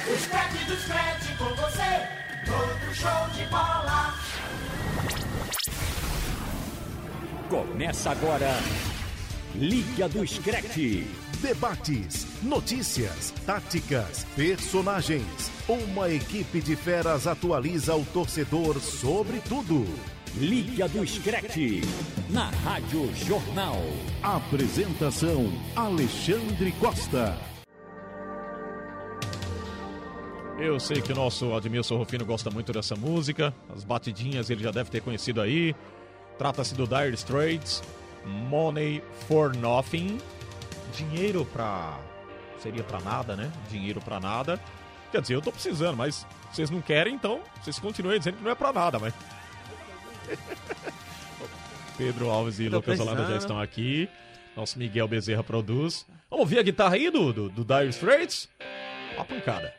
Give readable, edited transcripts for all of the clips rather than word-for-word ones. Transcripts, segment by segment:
O Scratch do Scratch com você, todo show de bola. Começa agora, Liga do Scratch. Debates, notícias, táticas, personagens. Uma equipe de feras atualiza o torcedor sobre tudo. Liga do Scratch, na Rádio Jornal. Apresentação, Alexandre Costa. Eu sei que o nosso Admilson Rufino gosta muito dessa música. As batidinhas ele já deve ter conhecido aí. Trata-se do Dire Straits, Money for Nothing. Dinheiro pra... seria pra nada, né? Dinheiro pra nada. Quer dizer, eu tô precisando, mas vocês não querem, então vocês continuem dizendo que não é pra nada, mas... Pedro Alves e Lucas Holanda já estão aqui. Nosso Miguel Bezerra produz. Vamos ouvir a guitarra aí do Dire Straits? Uma pancada.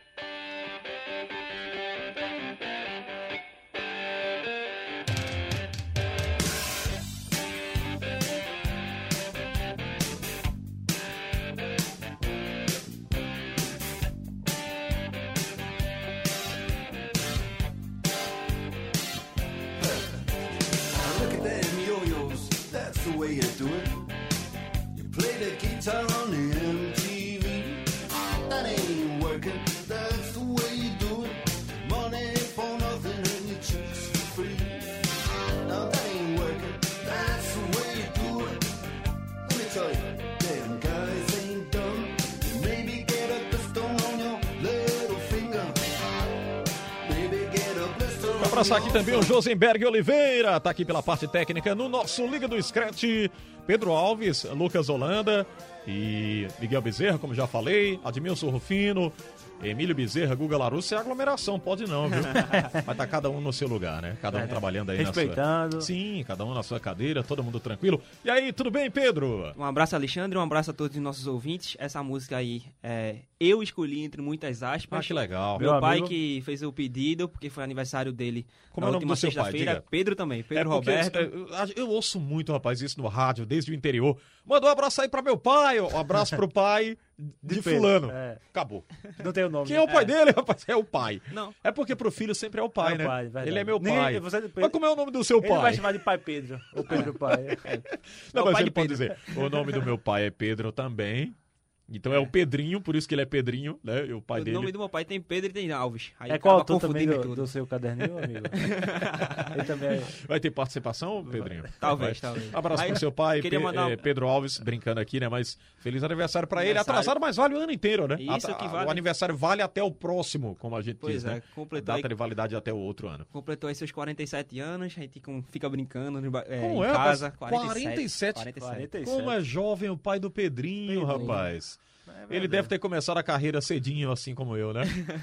Abraçar aqui também o Josenberg Oliveira, tá aqui pela parte técnica no nosso Liga do Scratch. Pedro Alves, Lucas Holanda e Miguel Bezerra, como já falei, Admilson Rufino, Emílio Bezerra, Guga Larusso. É aglomeração, pode não, viu? Mas tá cada um no seu lugar, né? Cada um trabalhando aí respeitando. na sua... Sim, cada um na sua cadeira, todo mundo tranquilo. E aí, tudo bem, Pedro? Um abraço, Alexandre, um abraço a todos os nossos ouvintes. Essa música aí, eu escolhi entre muitas aspas. Ah, que legal. Meu pai que fez o pedido, porque foi aniversário dele. Como é o nome do seu pai? Diga. Pedro também, Pedro Roberto. Eu ouço muito, rapaz, isso no rádio, desde o interior. Manda um abraço aí pra meu pai, um abraço pro pai de fulano. Acabou. Não tem o nome. Quem é o pai dele, rapaz? É o pai. Não. É porque pro filho sempre é o pai, né? Pai, ele é meu pai. Depois... Mas como é o nome do seu pai? Ele vai chamar de pai Pedro, ou Pedro pai. Não, mas pai ele pode Pedro. dizer, o nome do meu pai é Pedro também. Então é o Pedrinho, por isso que ele é Pedrinho, né? E o pai dele... O nome do meu pai tem Pedro e tem Alves. Aí qual acaba autor também confundindo do seu caderninho, amigo? Ele também Vai ter participação, Pedrinho? Talvez. Abraço pro seu pai, queria mandar... Pedro Alves, brincando aqui, né? Mas feliz aniversário pra ele. Atrasado, mas vale o ano inteiro, né? Isso que vale. O aniversário vale até o próximo, como a gente pois diz, né? Completou data de validade até o outro ano. Completou aí seus 47 anos, a gente fica brincando em Como casa. 47? Como é jovem o pai do Pedrinho, rapaz. Ele deve ter começado a carreira cedinho, assim como eu, né?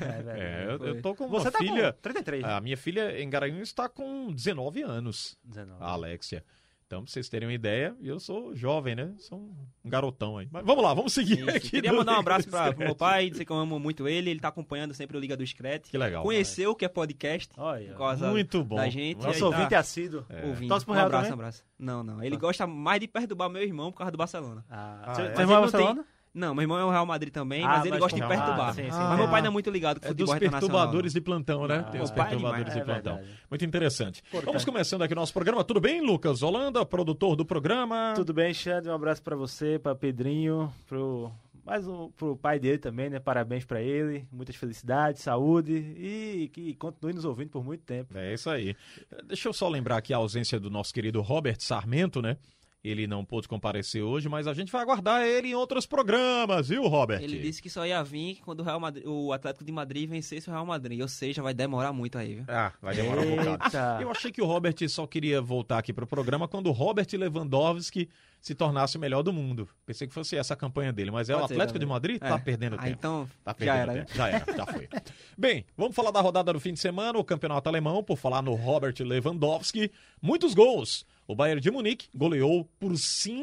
Eu tô com uma Você filha... Tá com 33. A minha filha em Garanhuns está com 19 anos. 19. A Alexia. Então, pra vocês terem uma ideia, eu sou jovem, né? Sou um garotão aí. Mas vamos lá, vamos seguir aqui. Queria mandar um abraço pro meu pai, dizer que eu amo muito ele. Ele tá acompanhando sempre o Liga do Scratch. Que legal. Conheceu o que é podcast. Olha, muito bom. Da gente. Nosso ouvinte é assíduo. Torce pro Real também? Um abraço. Não. Ele gosta mais de perturbar meu irmão por causa do Barcelona. Seu irmão é Barcelona? Não, meu irmão é o Real Madrid também, mas ele gosta de perturbar. Sim, mas meu pai não é muito ligado com futebol internacional. Dos perturbadores de plantão, né? Tem os pai perturbadores de plantão. Verdade. Muito interessante. Vamos começando aqui o nosso programa. Tudo bem, Lucas Holanda, produtor do programa? Tudo bem, Xande. Um abraço pra você, pra Pedrinho, pro pai dele também, né? Parabéns pra ele. Muitas felicidades, saúde e que continue nos ouvindo por muito tempo. É isso aí. Deixa eu só lembrar aqui a ausência do nosso querido Robert Sarmento, né? Ele não pôde comparecer hoje, mas a gente vai aguardar ele em outros programas, viu, Robert? Ele disse que só ia vir quando o Atlético de Madrid vencesse o Real Madrid. Ou seja, vai demorar muito aí, viu? Vai demorar um bocado. Eu achei que o Robert só queria voltar aqui pro programa quando o Robert Lewandowski se tornasse o melhor do mundo. Pensei que fosse essa a campanha dele, mas o Atlético de Madrid tá perdendo tempo. Então, tá perdendo tempo. Já foi. Bem, vamos falar da rodada do fim de semana, o campeonato alemão, por falar no Robert Lewandowski. Muitos gols. O Bayern de Munique goleou por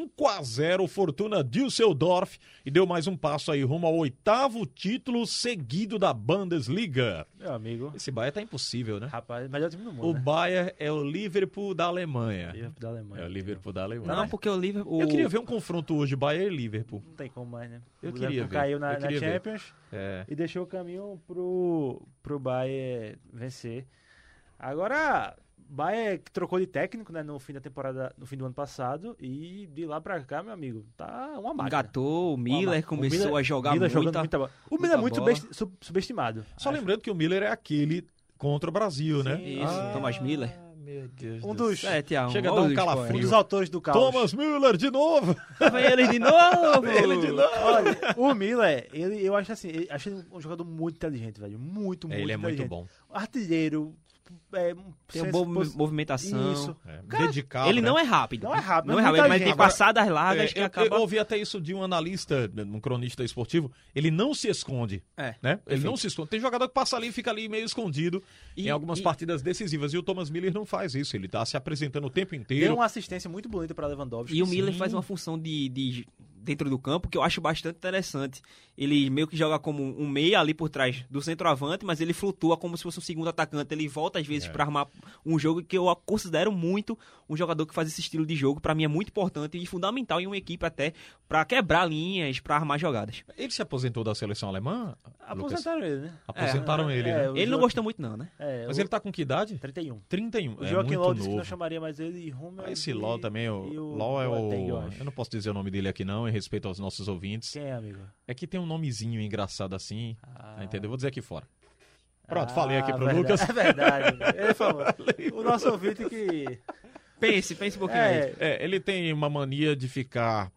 5-0 o Fortuna Düsseldorf e deu mais um passo aí rumo ao 8º título seguido da Bundesliga. Meu amigo. Esse Bayern tá impossível, né? Rapaz, melhor time do mundo, O né? Bayern é o Liverpool da Alemanha. Liverpool da Alemanha. É o Liverpool da Alemanha. Não, porque o Liverpool... Eu queria ver um confronto hoje, Bayern e Liverpool. Não tem como mais, né? Eu O queria Liverpool ver. caiu na Eu queria ver. Champions É. e deixou o caminho pro Bayern vencer. Agora, Bayern que trocou de técnico, né, no fim da temporada, no fim do ano passado, e de lá pra cá, meu amigo, tá uma máquina. Engatou, o Miller começou a jogar Miller jogando muita... muita bola. O Miller é muito bola. subestimado. Só lembrando que o Miller é aquele contra o Brasil, né? Isso, Thomas Miller. Meu Deus Um do dos, céu. É, Tiago, Chega a dar um calafrio. um dos autores do caos. Thomas Müller de novo! Vem ele de novo! Ele de novo! Olha, o Miller, eu acho assim, acho ele um jogador muito inteligente, velho. Muito Ele é muito inteligente. bom. Artilheiro. Tem uma boa movimentação. Isso. Dedicado. Ele né? não é rápido. Não é rápido, Não é mas rápido, muita mas tem gente. passadas largas que eu acaba... ouvi até isso de um analista, um cronista esportivo. Ele não se esconde. É, Né? Ele perfeito. não se esconde. Tem jogador que passa ali e fica ali meio escondido em algumas partidas decisivas. E o Thomas Miller não faz isso. Ele tá se apresentando o tempo Deu inteiro. uma assistência muito bonita para Lewandowski. E o Miller Sim. faz uma função de dentro do campo que eu acho bastante interessante. Ele meio que joga como um meia ali por trás do centroavante, mas ele flutua como se fosse um segundo atacante. Ele volta às vezes para armar um jogo que eu considero muito um jogador que faz esse estilo de jogo. Para mim é muito importante e fundamental em uma equipe até para quebrar linhas, para armar jogadas. Ele se aposentou da seleção alemã? Lucas? Aposentaram ele, né? Aposentaram ele, né? o Ele não Joaquim- gostou muito não, né? Mas ele tá com que idade? 31. 31. O É Joaquim muito Low disse que novo. não chamaria mais ele e Hummels. Ah, esse e- LOL também, e o LOL é Boateng, eu o... acho. Eu não posso dizer o nome dele aqui não, em respeito aos nossos ouvintes. Quem é, amigo? É que tem um nomezinho engraçado assim, Ah. entendeu? Vou dizer aqui fora. Pronto, falei aqui pro verdade. Lucas. É verdade. Ele falou. O nosso ouvinte que... Pense um pouquinho aí. Ele tem uma mania de ficar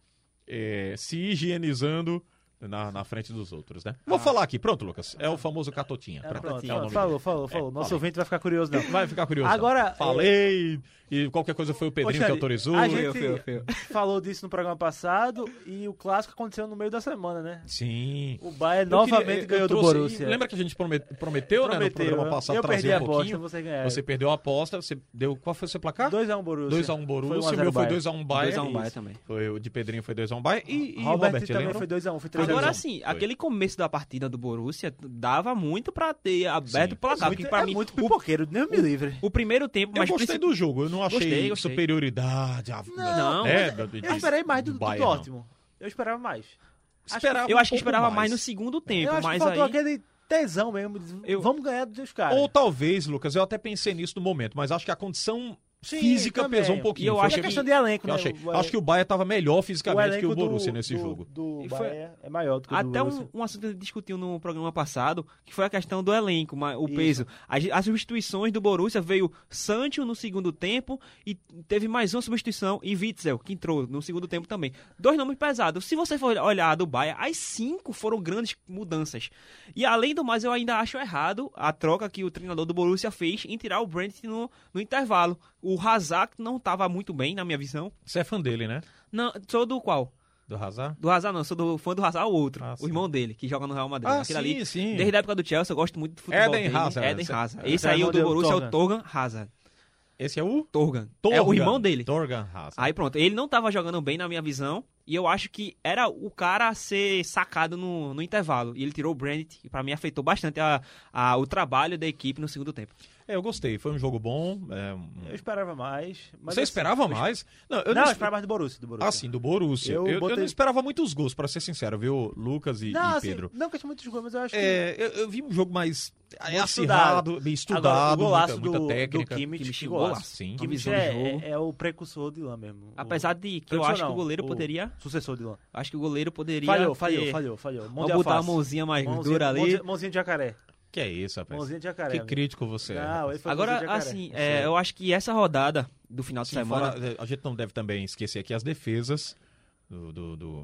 se higienizando na frente dos outros, né? Vou falar aqui, pronto, Lucas. É o famoso Catotinha. Pronto, É o nome falou. dele. Nosso falei. ouvinte vai ficar curioso, não. Vai ficar curioso. Agora, não. Falei, e qualquer coisa foi o Pedrinho Poxa, que autorizou. a gente Feu. falou disso no programa passado e o clássico aconteceu no meio da semana, né? Sim. O Bayern Eu novamente queria- eu ganhou do trouxe- Borussia. Lembra que a gente prometeu, né, no programa passado, eu trazer perdi a um aposta, pouquinho? você ganhou. Você perdeu a aposta, você deu... Qual foi o seu placar? 2x1 Borussia. 2x1 Borussia, Foi o meu foi 1x0 2x1 Bayern. 2x1 Bayern também. Foi o de Pedrinho foi 2x1 Bayern. E Robert Robert, também lembra? foi 2x1, foi 3x1. Agora Foi. sim, aquele começo da partida do Borussia dava muito pra ter aberto Sim. o placar, porque pra mim muito pipoqueiro, nem me livre. o primeiro tempo, Eu mas gostei do jogo, eu não achei Gostei. superioridade. Não, Eu esperei mais do Bayern, não. Dortmund. Eu esperava mais. eu acho que um esperava pouco mais no segundo tempo, Eu acho que mas faltou aí aquele tesão mesmo. Vamos ganhar dos caras. Ou talvez, Lucas, eu até pensei nisso no momento, mas acho que a condição Sim, física também. pesou um pouquinho. E eu Foi acho é o questão de elenco, eu né? achei. Acho que o Bayern estava melhor fisicamente que o elenco Borussia nesse jogo. Do E foi- Bayern é maior do que o do até Borussia. um assunto que a gente discutiu no programa passado, que foi a questão do elenco, o Isso. peso. As substituições do Borussia veio Sancho no segundo tempo e teve mais uma substituição e Witzel, que entrou no segundo tempo também. 2 nomes pesados. Se você for olhar a do Bayern, as 5 foram grandes mudanças. E além do mais, eu ainda acho errado a troca que o treinador do Borussia fez em tirar o Brandt no intervalo. O Hazard não estava muito bem, na minha visão. Você é fã dele, né? Não, sou do qual? Do Hazard? Do Hazard não, sou fã do Hazard, o outro. Ah, o sim. irmão dele, que joga no Real Madrid. Ah, Aquele sim, ali, sim. desde a época do Chelsea, eu gosto muito do futebol Eden dele. Hazard. Eden Hazard. Esse Esse aí, o do é o Borussia, é o Torgan. Torgan Hazard. Esse é o Torgan. Torgan. É o irmão dele. Torgan Hazard. Aí pronto, ele não tava jogando bem na minha visão, e eu acho que era o cara a ser sacado no intervalo. E ele tirou o Brandt, e pra mim afetou bastante o trabalho da equipe no segundo tempo. Eu gostei, foi um jogo bom. Eu esperava mais. Mas Você assim, esperava mais? Não, eu Não, não eu esperava mais do Borussia. Ah, sim, do Borussia. Eu Eu botei- não esperava muitos gols, pra ser sincero, viu, Lucas e Não, assim, Pedro? não questão muito de jogo, mas eu acho que... Eu vi um jogo mais Muito acirrado, bem estudado, Agora, o golaço muita técnica. do Kimmich, Kimmich, golaço. golaço. Sim. Uma Kimmich visão de jogo. é o precursor de Lan mesmo. Apesar de que eu acho que o goleiro poderia... Sucessor de Lan. Acho que o goleiro poderia Falhou. Vamos botar a mãozinha mais dura ali. Mãozinha de jacaré. Que é isso, rapaz? Mãozinha de jacaré. Que amigo. crítico você é. Não, ele foi Agora, mãozinha de assim, jacaré. eu acho que essa rodada do final de Sim, semana... fora, a gente não deve também esquecer aqui as defesas do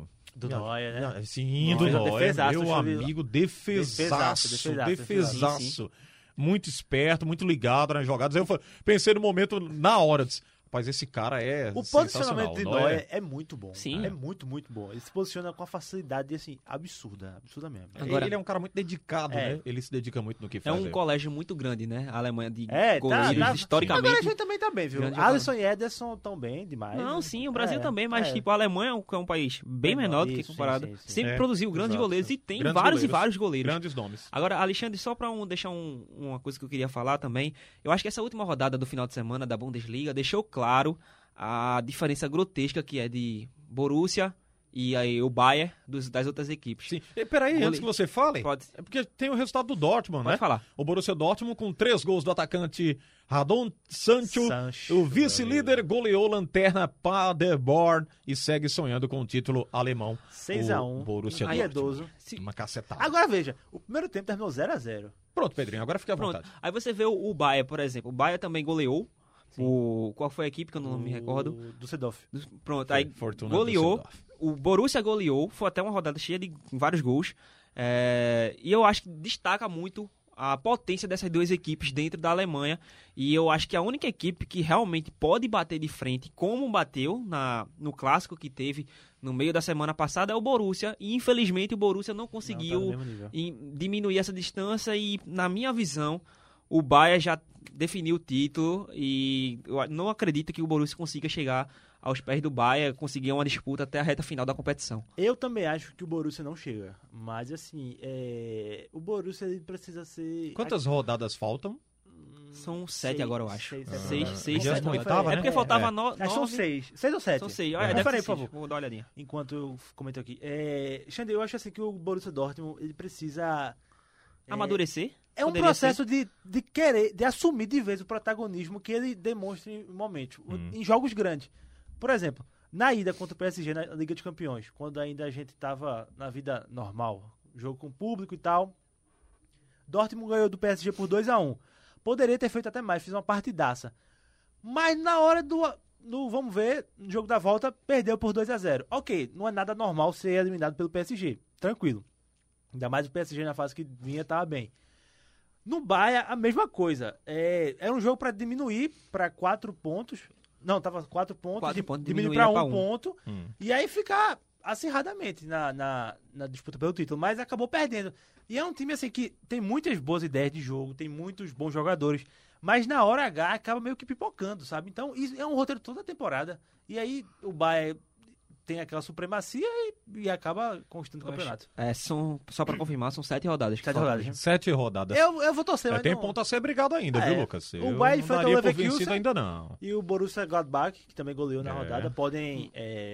Do Neuer, né? Sim, do Neuer, Neuer, defesaço, meu deixa eu ver. amigo, defesaço. Defesaço. Muito esperto, muito ligado nas jogadas. Aí eu pensei no momento, na hora, disse, Rapaz, esse cara é O sensacional. posicionamento de Neuer. Neuer é muito bom. Sim. É muito, muito bom. Ele se posiciona com a facilidade, assim, absurda mesmo. Agora- Ele é um cara muito dedicado, né? Ele se dedica muito no que É faz. um colégio muito grande, né? A Alemanha de É, goleiros, historicamente. Agora a gente também tá bem, viu? grande Alisson e Ederson estão bem demais. Não, né? sim, o Brasil É, também, mas tipo, a Alemanha é um país bem menor do que Isso, comparado. sim, sim, sim. Sempre É, produziu grandes exato. goleiros e tem Grandes vários e goleiros. vários goleiros. Grandes nomes. Agora, Alexandre, só pra deixar uma coisa que eu queria falar também, eu acho que essa última rodada do final de semana da Bundesliga deixou claro a diferença grotesca que é de Borussia e aí o Bayern das outras equipes. Sim. E, peraí, Gole- antes que você fale, Pode- é porque tem o resultado do Dortmund, Pode né? falar. O Borussia Dortmund com 3 gols do atacante Radon Sancho. O vice-líder goleou Lanterna Paderborn e segue sonhando com o título alemão. 6-1. O Borussia Aí é Dortmund. Piedoso. Uma cacetada. Agora veja, o primeiro tempo terminou 0-0. Pronto, Pedrinho, agora fica à Pronto. vontade. Aí você vê o Bayern, por exemplo. O Bayern também goleou. Qual foi a equipe que eu não me recordo? Do Düsseldorf. Pronto, aí Fortuna goleou. Düsseldorf. O Borussia goleou. Foi até uma rodada cheia de vários gols. E eu acho que destaca muito a potência dessas duas equipes dentro da Alemanha. E eu acho que a única equipe que realmente pode bater de frente, como bateu no clássico que teve no meio da semana passada, é o Borussia. E infelizmente o Borussia não conseguiu Não, tá no mesmo nível. diminuir essa distância. E na minha visão, o Bayern já definiu o título. E eu não acredito que o Borussia consiga chegar aos pés do Bayern, conseguir uma disputa até a reta final da competição. Eu também acho que o Borussia não chega. Mas, assim, o Borussia ele precisa ser... Quantas rodadas faltam? São 7 agora, eu acho. Seis, Seis, sete. 28ª, É né? porque faltava É. 9. Acho que são 6. 6 ou 7? São 6. Confere aí, por favor. Vou dar uma olhadinha. Enquanto eu comento aqui. Xande, eu acho assim que o Borussia Dortmund ele precisa... Amadurecer? É um Poderia processo de querer, de assumir de vez o protagonismo que ele demonstra em momentos, em jogos grandes. Por exemplo, na ida contra o PSG na Liga dos Campeões, quando ainda a gente estava na vida normal, jogo com público e tal, Dortmund ganhou do PSG por 2-1. Poderia ter feito até mais, fez uma partidaça. Mas na hora do vamos ver, no jogo da volta, perdeu por 2-0. Ok, não é nada normal ser eliminado pelo PSG, tranquilo. Ainda mais o PSG na fase que vinha estava bem. No Bayern, a mesma coisa. Era um jogo para diminuir para 4 pontos. Não, tava 4 pontos. 4 pontos, diminuir diminuía para pra 1 um. ponto. E aí ficar acirradamente na disputa pelo título. Mas acabou perdendo. E é um time assim que tem muitas boas ideias de jogo, tem muitos bons jogadores. Mas na hora H acaba meio que pipocando, sabe? Então isso é um roteiro toda a temporada. E aí o Bayern tem aquela supremacia e acaba conquistando o campeonato. Só pra confirmar, são 7 rodadas. 7 rodadas. 7 rodadas. Eu vou torcer, mas Tem não... ponto a ser brigado ainda, É. viu, Lucas? O Eu Bayern não enfrenta o daria por Leverkusen. vencido ainda não. E o Borussia Gladbach, que também goleou na É. rodada, podem,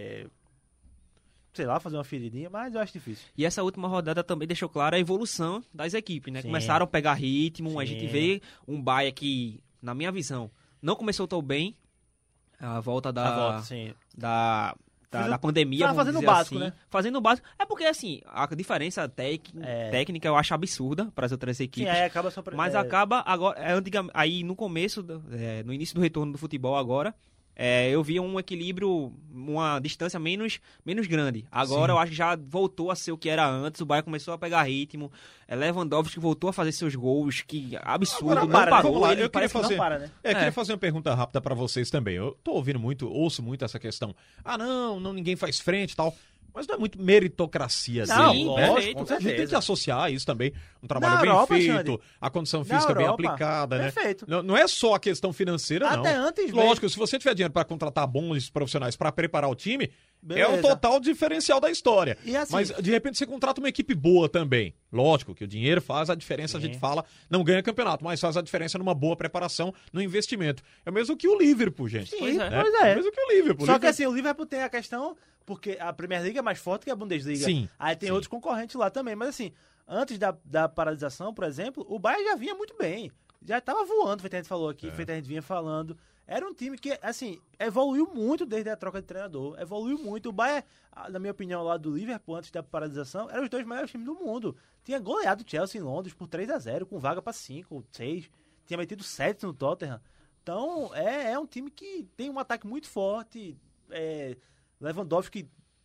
sei lá, fazer uma feridinha, mas eu acho difícil. E essa última rodada também deixou clara a evolução das equipes, né? Sim. Começaram a pegar ritmo, a Sim. gente vê um Bayern que, na minha visão, não começou tão bem. A volta sim. da pandemia, tava vamos fazendo dizer o básico, assim. né? Fazendo o básico. É porque, assim, a diferença técnica eu acho absurda para as outras Sim, equipes. aí acaba só... Mas acaba agora, aí no começo, no início do retorno do futebol agora, eu via um equilíbrio, uma distância menos grande. Agora eu acho que já voltou a ser o que era antes, o Bayern começou a pegar ritmo, Lewandowski voltou a fazer seus gols, que absurdo, Agora, não vamos parou, lá, ele eu queria parece que fazer- não para, né? Queria fazer uma pergunta rápida pra vocês também. Eu tô ouvindo muito, ouço muito essa questão. Não, ninguém faz frente e tal. Mas não é muito meritocracia Não, dele, lógico, né? com A gente tem certeza. que associar isso também. Um trabalho Na bem Europa, feito, Xande. a condição Na física bem Europa, aplicada, né? perfeito. Não é só a questão financeira, não. Até antes mesmo. Lógico, se você tiver dinheiro pra contratar bons profissionais pra preparar o time, é o Beleza. total diferencial da história. E assim- Mas, de repente, você contrata uma equipe boa também. Lógico que o dinheiro faz a diferença, a gente fala, não ganha campeonato, mas faz a diferença numa boa preparação, no investimento. É o mesmo que o Liverpool, gente. Sim, Pois é. pois É é. o mesmo que o Liverpool. Só que assim, o Liverpool tem a questão, porque a Premier League é mais forte que a Bundesliga. Sim, Aí tem sim. outros concorrentes lá também. Mas assim, antes da paralisação, por exemplo, o Bayern já vinha muito bem. Já tava voando, feito a gente falou aqui, feito a gente vinha falando. Era um time que, assim, evoluiu muito desde a troca de treinador. Evoluiu muito. O Bayern, na minha opinião, lá do Liverpool, antes da paralisação, eram os 2 maiores times do mundo. Tinha goleado o Chelsea em Londres por 3-0, com vaga pra 5, 6. Tinha metido 7 no Tottenham. Então, é um time que tem um ataque muito forte. Lewandowski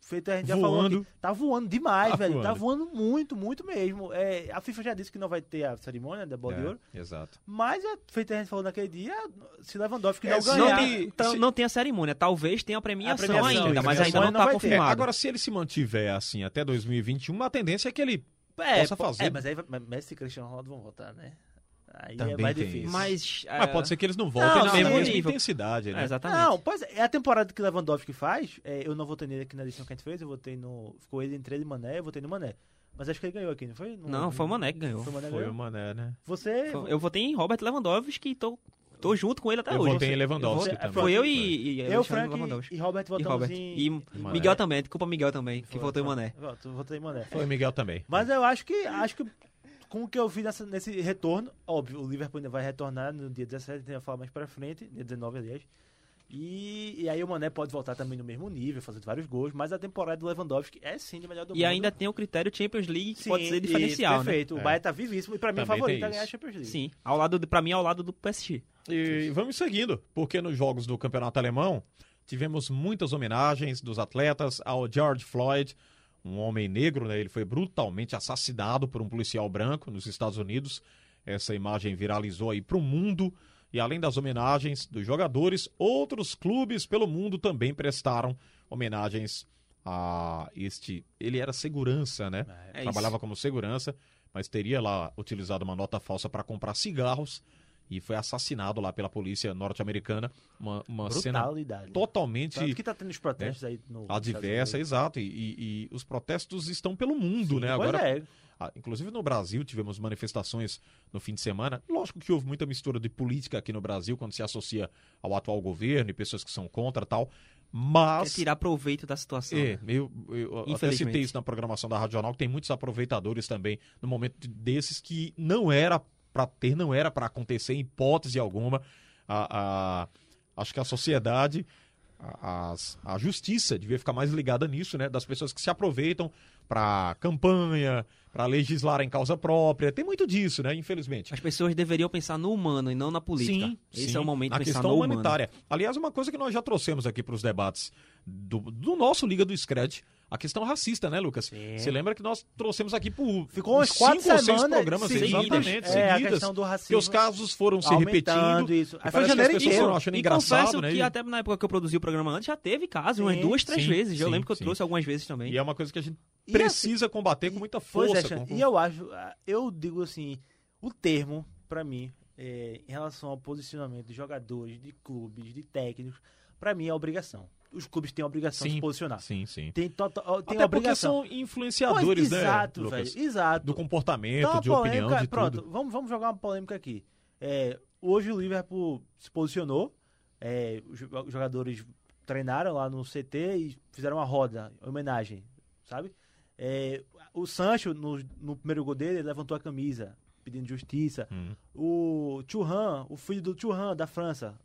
feito a gente já falou Voando. aqui, tá voando demais, Tá velho. Tá voando. voando muito mesmo. A FIFA já disse que não vai ter a cerimônia da Bola de Ouro, Exato. mas feito a gente falou naquele dia, se Lewandowski não se Não ganhar... ele- tem, se- não tem a cerimônia, talvez tenha a premiação, premiação, ainda, isso, mas a ainda não cerimônia não tá vai ter. confirmado. Agora, se ele se mantiver assim até 2021, a tendência é que ele possa fazer. mas aí Messi e Cristiano Ronaldo vão voltar, né? Aí Também é mais tem difícil. Mas, Mas pode ser que eles não voltem Não, na sim. mesma nível. intensidade, né? Exatamente. Não, pois é a temporada que Lewandowski faz. Eu não votei nele aqui na edição que a gente fez, eu votei no. Ficou ele entre ele e Mané, eu votei no Mané. Mas acho que ele ganhou aqui, não foi? Não, foi o Mané que ganhou. Foi o Mané que Foi ganhou? o Mané, né? Você. Eu votei em Robert Lewandowski, tô junto com ele até Eu hoje. votei em Lewandowski Você- também. Foi eu e Eu, Alexandre Frank Lewandowski. e Robert E votamos Robert. em. E Mané. Miguel também, desculpa Miguel também, que Foi, votou em foi. Mané. Eu votei em Mané. Foi o Miguel também. Mas eu acho que com o que eu vi nesse retorno, óbvio, o Liverpool ainda vai retornar no dia 17, a gente vai falar mais pra frente, dia 19, aliás. E aí o Mané pode voltar também no mesmo nível, fazendo vários gols, mas a temporada do Lewandowski é sim de melhor do mundo. E ainda tem o critério Champions League, que Sim, pode ser isso, diferencial, né? perfeito. O Bahia tá vivíssimo e pra mim é o Também favorito tem a ganhar a isso. Champions League. Sim, pra mim ao lado do PSG. E vamos seguindo, porque nos jogos do Campeonato Alemão tivemos muitas homenagens dos atletas ao George Floyd, um homem negro, né? Ele foi brutalmente assassinado por um policial branco nos Estados Unidos. Essa imagem viralizou aí para o mundo. E além das homenagens dos jogadores, outros clubes pelo mundo também prestaram homenagens a este... Ele era segurança, né? É Trabalhava como segurança, mas teria lá utilizado uma nota falsa para comprar cigarros e foi assassinado lá pela polícia norte-americana. Uma cena Brutalidade. totalmente Tanto que tá tendo os protestos aí no... adversa, exato. E os protestos estão pelo mundo, né? Pois Agora, é. inclusive no Brasil tivemos manifestações no fim de semana. Lógico que houve muita mistura de política aqui no Brasil quando se associa ao atual governo e pessoas que são contra e tal. Quer Mas tirar proveito da situação. eu até Infelizmente. citei isso na programação da Rádio Jornal, que tem muitos aproveitadores também no momento desses que não era para ter, não era para acontecer em hipótese alguma. Acho que a sociedade, a justiça devia ficar mais ligada nisso, né? Das pessoas que se aproveitam para campanha, para legislar em causa própria. Tem muito disso, né? Infelizmente. As pessoas deveriam pensar no humano e não na política. Esse é o momento na de pensar questão no humanitária. Aliás, uma coisa que nós já trouxemos aqui para os debates do nosso Liga do Scred, a questão racista, né, Lucas? Você lembra que nós trouxemos aqui por Ficou uns 5 4 ou 6 semanas programas seguidas. exatamente, A seguidas, questão do que racismo os casos foram se aumentando, repetindo. isso. E Aí foi parece que as janeiro pessoas inteiro. foram achando E engraçado, confesso né? que até na época que eu produzi o programa antes, já teve caso, umas Sim, 2, 3 sim, vezes. Eu sim, lembro que eu sim. trouxe algumas vezes também. E é uma coisa que a gente E precisa combater com muita Pois força. é, e eu digo assim, o termo, pra mim, em relação ao posicionamento de jogadores, de clubes, de técnicos, pra mim é obrigação. Os clubes têm a obrigação de se posicionar. Sim, sim. Tem a Até porque obrigação. são influenciadores, né, Exato, Lucas? velho, exato. Do comportamento, Então, uma de opinião, polêmica, de pronto, tudo. vamos jogar uma polêmica aqui. Hoje o Liverpool se posicionou, os jogadores treinaram lá no CT e fizeram uma roda, homenagem, sabe? O Sancho, no primeiro gol dele, ele levantou a camisa, pedindo justiça. O Thuram, o filho do Thuram, da França,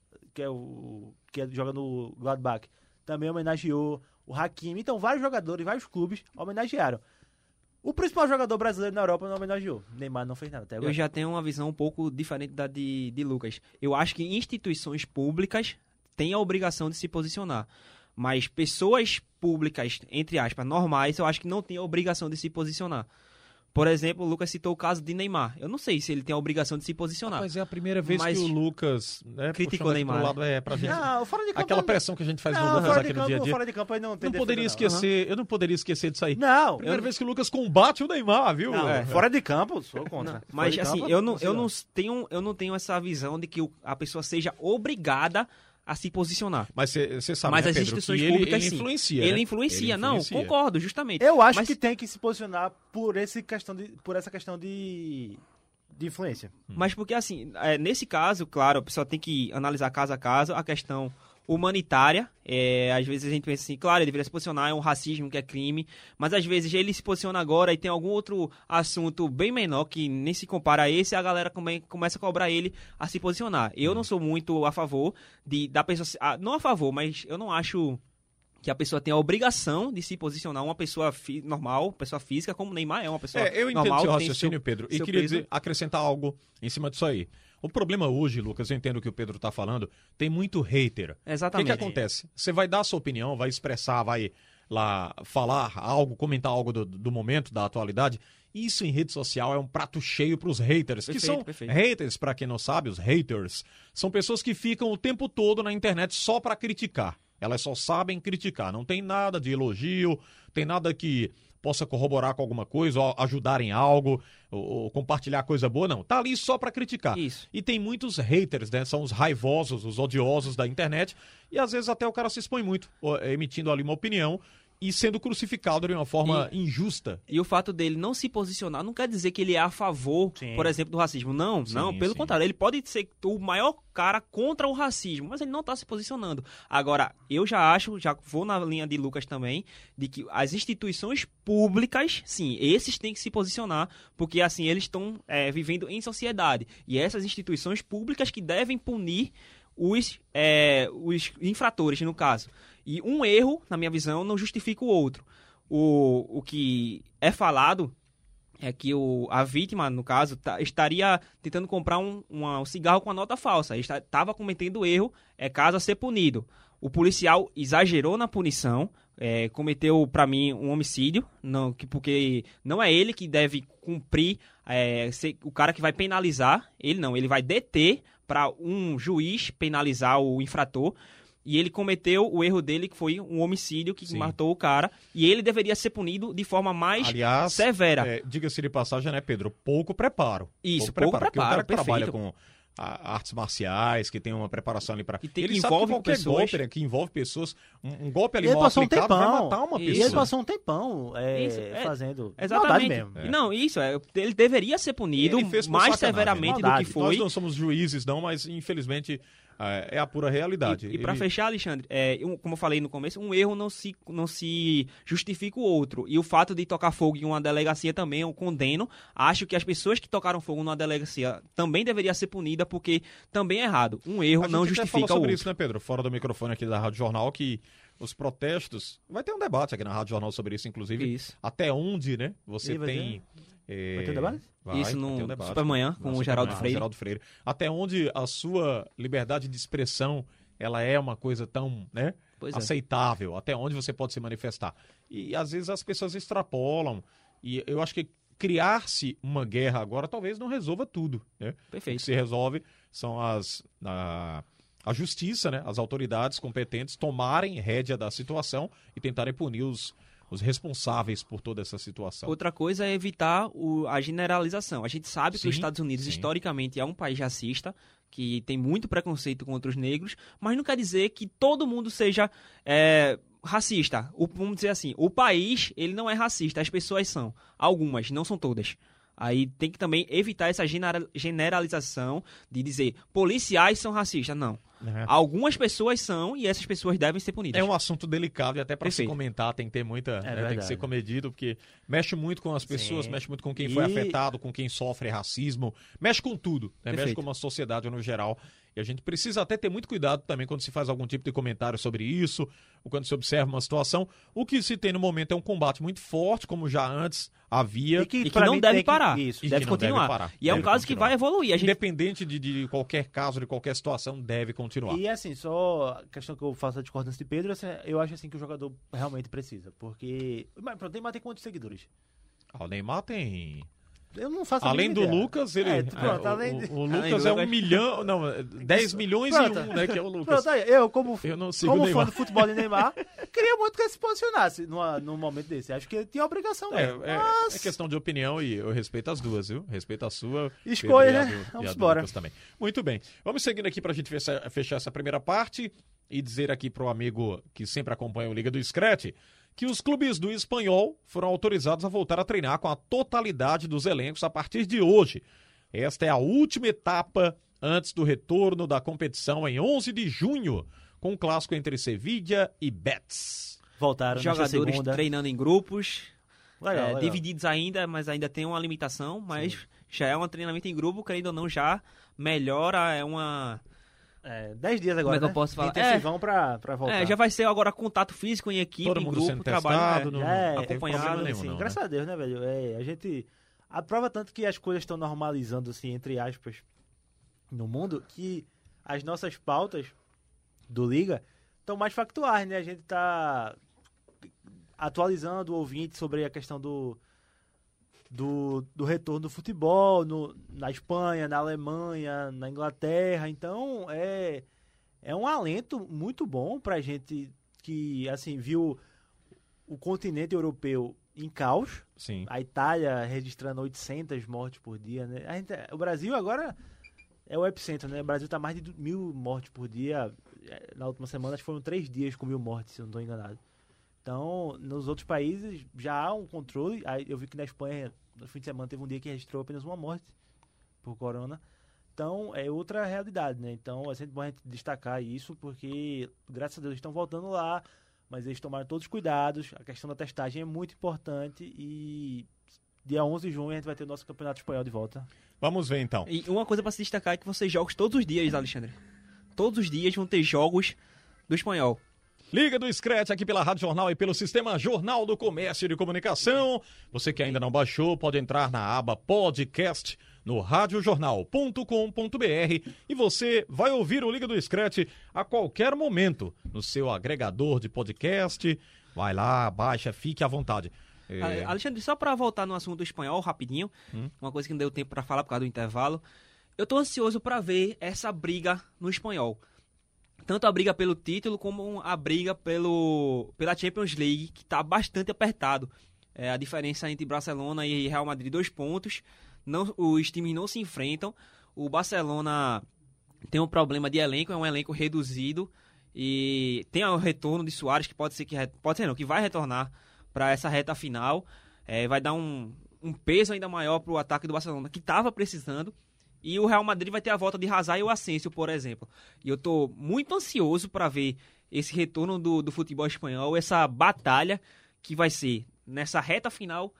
que joga no Gladbach, também homenageou. O Hakimi, então vários jogadores, vários clubes homenagearam. O principal jogador brasileiro na Europa não homenageou. Neymar não fez nada até agora. Eu já tenho uma visão um pouco diferente da de Lucas. Eu acho que instituições públicas têm a obrigação de se posicionar. Mas pessoas públicas, entre aspas, normais, eu acho que não têm a obrigação de se posicionar. Por exemplo, o Lucas citou o caso de Neymar. Eu não sei se ele tem a obrigação de se posicionar. Mas é a primeira vez Mas que o Lucas, né, criticou puxando o Neymar, aqui pro lado, pra gente, Não, fora de campo. aquela pressão que a gente faz no Não, Lucas fora aqui de no campo, dia a dia. fora de campo aí não tem Não poderia defesa, não. esquecer, eu não poderia esquecer disso aí. Não, Primeira vez que o Lucas combate o Neymar, viu? Não, fora de campo, sou contra. Não, Fora mas de assim, campo, eu não tenho essa visão de que a pessoa seja obrigada a se posicionar. Mas você sabe, Mas né, as Pedro, instituições que públicas, ele sim. influencia, Ele né? influencia, não, influencia. concordo, justamente. Eu acho Mas- que tem que se posicionar por essa questão de influência. Mas porque, assim, nesse caso, claro, a pessoa tem que analisar caso a caso a questão humanitária. Às vezes a gente pensa assim, claro, ele deveria se posicionar, é um racismo que é crime, mas às vezes ele se posiciona agora e tem algum outro assunto bem menor que nem se compara a esse, a galera começa a cobrar ele a se posicionar. Eu não sou muito a favor da pessoa... não a favor, mas eu não acho que a pessoa tem a obrigação de se posicionar, uma pessoa normal, pessoa física, como o Neymar é uma pessoa Eu entendo normal. seu que tem raciocínio, Pedro, e seu queria peso. acrescentar algo em cima disso aí. O problema hoje, Lucas, eu entendo o que o Pedro tá falando, tem muito hater. O Exatamente. que acontece? Você vai dar a sua opinião, vai expressar, vai lá falar algo, comentar algo do momento, da atualidade. Isso em rede social é um prato cheio para os haters, que são haters, para quem não sabe, os haters são pessoas que ficam o tempo todo na internet só para criticar. Elas só sabem criticar, não tem nada de elogio, tem nada que possa corroborar com alguma coisa, ou ajudar em algo, ou compartilhar coisa boa, não. Tá ali só para criticar. Isso. E tem muitos haters, né? São os raivosos, os odiosos da internet, e às vezes até o cara se expõe muito, emitindo ali uma opinião, e sendo crucificado de uma forma injusta. E o fato dele não se posicionar não quer dizer que ele é a favor, por exemplo, do racismo. Não, pelo contrário. Ele pode ser o maior cara contra o racismo, mas ele não está se posicionando. Agora, eu já vou na linha de Lucas também, de que as instituições públicas, sim, esses têm que se posicionar, porque assim, eles estão vivendo em sociedade. E essas instituições públicas que devem punir os infratores, no caso. E um erro, na minha visão, não justifica o outro. O que é falado é que a vítima, no caso, estaria tentando comprar um cigarro com a nota falsa. Ele estava cometendo erro, caso a ser punido. O policial exagerou na punição, cometeu, para mim, um homicídio, porque não é ele que deve cumprir, ser o cara que vai penalizar, ele vai deter para um juiz penalizar o infrator. E ele cometeu o erro dele, que foi um homicídio que matou o cara. E ele deveria ser punido de forma mais severa. Diga-se de passagem, né, Pedro? Pouco preparo. Isso, pouco preparo. Porque o cara que perfeito. trabalha com artes marciais, que tem uma preparação ali para... Ele sabe que qualquer golpe, né, que envolve pessoas, um golpe ali mal aplicado vai matar uma pessoa. E ele passou um tempão fazendo exatamente mesmo. Não, ele deveria ser punido mais severamente do que foi. Nós não somos juízes, não, mas infelizmente... é a pura realidade. E para fechar, Alexandre, como eu falei no começo, um erro não se justifica o outro. E o fato de tocar fogo em uma delegacia também eu condeno. Acho que as pessoas que tocaram fogo numa delegacia também deveriam ser punidas, porque também é errado. Um erro não justifica o outro. Sobre isso, né, Pedro? Fora do microfone aqui da Rádio Jornal, que os protestos... Vai ter um debate aqui na Rádio Jornal sobre isso, inclusive. Isso. Até onde, né, você tem... Vai ter um debate? Isso no Supermanhã, com o Geraldo Freire. Até onde a sua liberdade de expressão ela é uma coisa tão, né, aceitável, até onde você pode se manifestar. E às vezes as pessoas extrapolam, e eu acho que criar-se uma guerra agora talvez não resolva tudo, né? Perfeito. O que se resolve são a justiça, né, as autoridades competentes tomarem rédea da situação e tentarem punir os responsáveis por toda essa situação. Outra coisa é evitar a generalização. A gente sabe que os Estados Unidos, historicamente, é um país racista, que tem muito preconceito contra os negros, mas não quer dizer que todo mundo seja racista. Vamos dizer assim, o país ele não é racista, as pessoas são. Algumas, não são todas. Aí tem que também evitar essa generalização de dizer policiais são racistas. Não. Algumas pessoas são e essas pessoas devem ser punidas. É um assunto delicado e até para se comentar tem que ter muita... tem que ser comedido, porque mexe muito com as pessoas, mexe muito com quem foi afetado, com quem sofre racismo, mexe com tudo, né? Mexe com uma sociedade no geral. E a gente precisa até ter muito cuidado também quando se faz algum tipo de comentário sobre isso, ou quando se observa uma situação. O que se tem no momento é um combate muito forte, como já antes havia. E que não deve parar. Isso. Deve continuar. E é um caso que vai evoluir. Independente de qualquer caso, de qualquer situação, deve continuar. E assim, só a questão que eu faço a discordância de Pedro, assim, eu acho assim que o jogador realmente precisa. Porque. Mas pronto, o Neymar tem quantos seguidores? O Neymar tem... Eu não faço além do ideia. Lucas, ele... o Lucas é 1 milhão... Não, 10 milhões pronto. E 1, né? Que é o Lucas. Pronto, eu como fã do futebol de Neymar, queria muito que ele se posicionasse num momento desse. Acho que ele tinha a obrigação. É questão de opinião e eu respeito as duas, viu? Respeito a sua... Escolha, né? Vamos embora. Também. Muito bem. Vamos seguindo aqui pra gente fechar essa primeira parte e dizer aqui pro amigo que sempre acompanha o Liga do Scratch que os clubes do Espanhol foram autorizados a voltar a treinar com a totalidade dos elencos a partir de hoje. Esta é a última etapa antes do retorno da competição em 11 de junho, com o clássico entre Sevilla e Betis. Voltaram jogadores treinando em grupos, legal. divididos ainda, mas ainda tem uma limitação, mas já é um treinamento em grupo, querendo ou não, já melhora, 10 dias agora, como é que eu posso falar? Intensivão pra voltar. Já vai ser agora contato físico em equipe, todo em mundo grupo, sendo trabalho acompanhado. nenhum, não, graças a Deus, né, velho? A gente aprova tanto que as coisas estão normalizando, assim, entre aspas, no mundo, que as nossas pautas do Liga estão mais factuais, né? A gente tá atualizando o ouvinte sobre a questão do retorno do futebol na Espanha, na Alemanha, na Inglaterra. Então, é um alento muito bom pra gente que, assim, viu o continente europeu em caos. Sim. A Itália registrando 800 mortes por dia, né? O Brasil agora é o epicentro, né? O Brasil tá mais de 1.000 mortes por dia. Na última semana, acho que foram 3 dias com 1.000 mortes, se eu não estou enganado. Então, nos outros países já há um controle. Aí eu vi que na Espanha, no fim de semana, teve um dia que registrou apenas uma morte por corona. Então, é outra realidade, né? Então, é sempre bom a gente destacar isso, porque, graças a Deus, estão voltando lá, mas eles tomaram todos os cuidados. A questão da testagem é muito importante e dia 11 de junho a gente vai ter o nosso Campeonato Espanhol de volta. Vamos ver, então. E uma coisa pra se destacar é que vão ser jogos todos os dias, Alexandre. Todos os dias vão ter jogos do Espanhol. Liga do Scratch aqui pela Rádio Jornal e pelo Sistema Jornal do Comércio e de Comunicação. Você que ainda não baixou, pode entrar na aba Podcast no radiojornal.com.br e você vai ouvir o Liga do Scratch a qualquer momento no seu agregador de podcast. Vai lá, baixa, fique à vontade. Alexandre, só pra voltar no assunto do espanhol rapidinho, uma coisa que não deu tempo pra falar por causa do intervalo. Eu tô ansioso pra ver essa briga no espanhol. Tanto a briga pelo título como a briga pela Champions League, que tá bastante apertado. A diferença entre Barcelona e Real Madrid, 2 pontos. Os times não se enfrentam. O Barcelona tem um problema de elenco, é um elenco reduzido. E tem o retorno de Suárez, que que vai retornar para essa reta final. Vai dar um peso ainda maior pro ataque do Barcelona, que estava precisando. E o Real Madrid vai ter a volta de Hazard e o Asensio, por exemplo. E eu tô muito ansioso para ver esse retorno do futebol espanhol, essa batalha que vai ser nessa reta final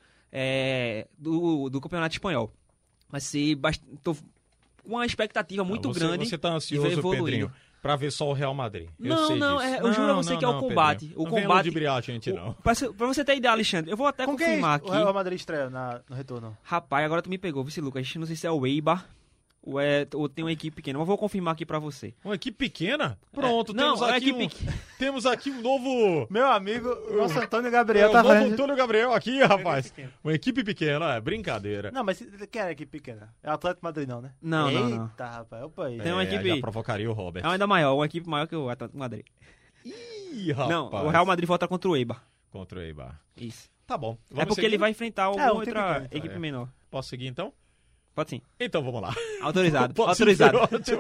do Campeonato Espanhol. Vai ser tô com uma expectativa muito grande. Você tá ansioso, Pedrinho, para ver só o Real Madrid. Eu juro a você que é o combate. Pedrinho. O combate. Não ludibriar a gente, não. Pra você ter ideia, Alexandre, eu vou até confirmar aqui. O Real Madrid estreia no retorno? Rapaz, agora tu me pegou, vice Lucas. Não sei se é o Eibar ou tem uma equipe pequena, mas vou confirmar aqui pra você. Uma equipe pequena? Pronto, temos aqui um novo... Meu amigo, nosso Antônio Gabriel tá fazendo... Antônio Gabriel aqui, rapaz. Uma equipe pequena, brincadeira. Não, mas quem é a equipe pequena? É o Atlético Madrid não, né? Não. Eita, rapaz, é o país. Tem uma equipe... Já provocaria o Robert. É ainda maior, uma equipe maior que o Atlético Madrid. Ih, rapaz. Não, o Real Madrid volta contra o Eibar. Contra o Eibar. Isso. Tá bom. É porque ele vai enfrentar alguma outra pequeno, equipe menor. Posso seguir, então? Pode sim. Então vamos lá. Autorizado. Autorizado.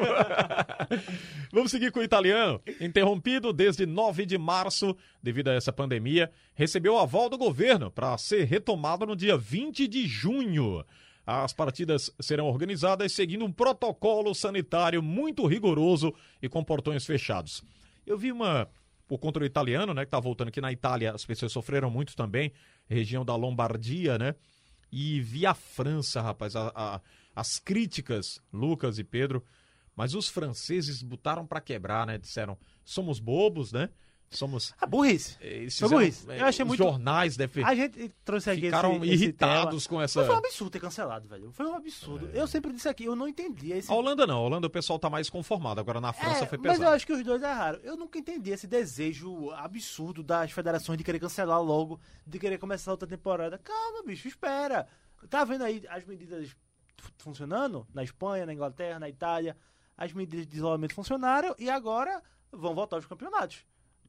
Vamos seguir com o italiano. Interrompido desde 9 de março, devido a essa pandemia, recebeu o aval do governo para ser retomado no dia 20 de junho. As partidas serão organizadas seguindo um protocolo sanitário muito rigoroso e com portões fechados. Eu vi por conta do italiano, né, que tá voltando aqui na Itália, as pessoas sofreram muito também, região da Lombardia, né? E vi a França, rapaz, as críticas, Lucas e Pedro, mas os franceses botaram pra quebrar, né? Disseram, somos bobos, né? Somos... burrice. Foi burrice. Eu achei muito... Jornais A gente trouxe aqui ficaram irritados com essa... Mas foi um absurdo ter cancelado, velho. Foi um absurdo. Eu sempre disse aqui, eu não entendi. A Holanda não. A Holanda o pessoal tá mais conformado. Agora na França foi pesado. Mas eu acho que os dois erraram. Eu nunca entendi esse desejo absurdo das federações de querer cancelar logo, de querer começar outra temporada. Calma, bicho, espera. Tá vendo aí as medidas funcionando? Na Espanha, na Inglaterra, na Itália. As medidas de isolamento funcionaram e agora vão voltar aos campeonatos.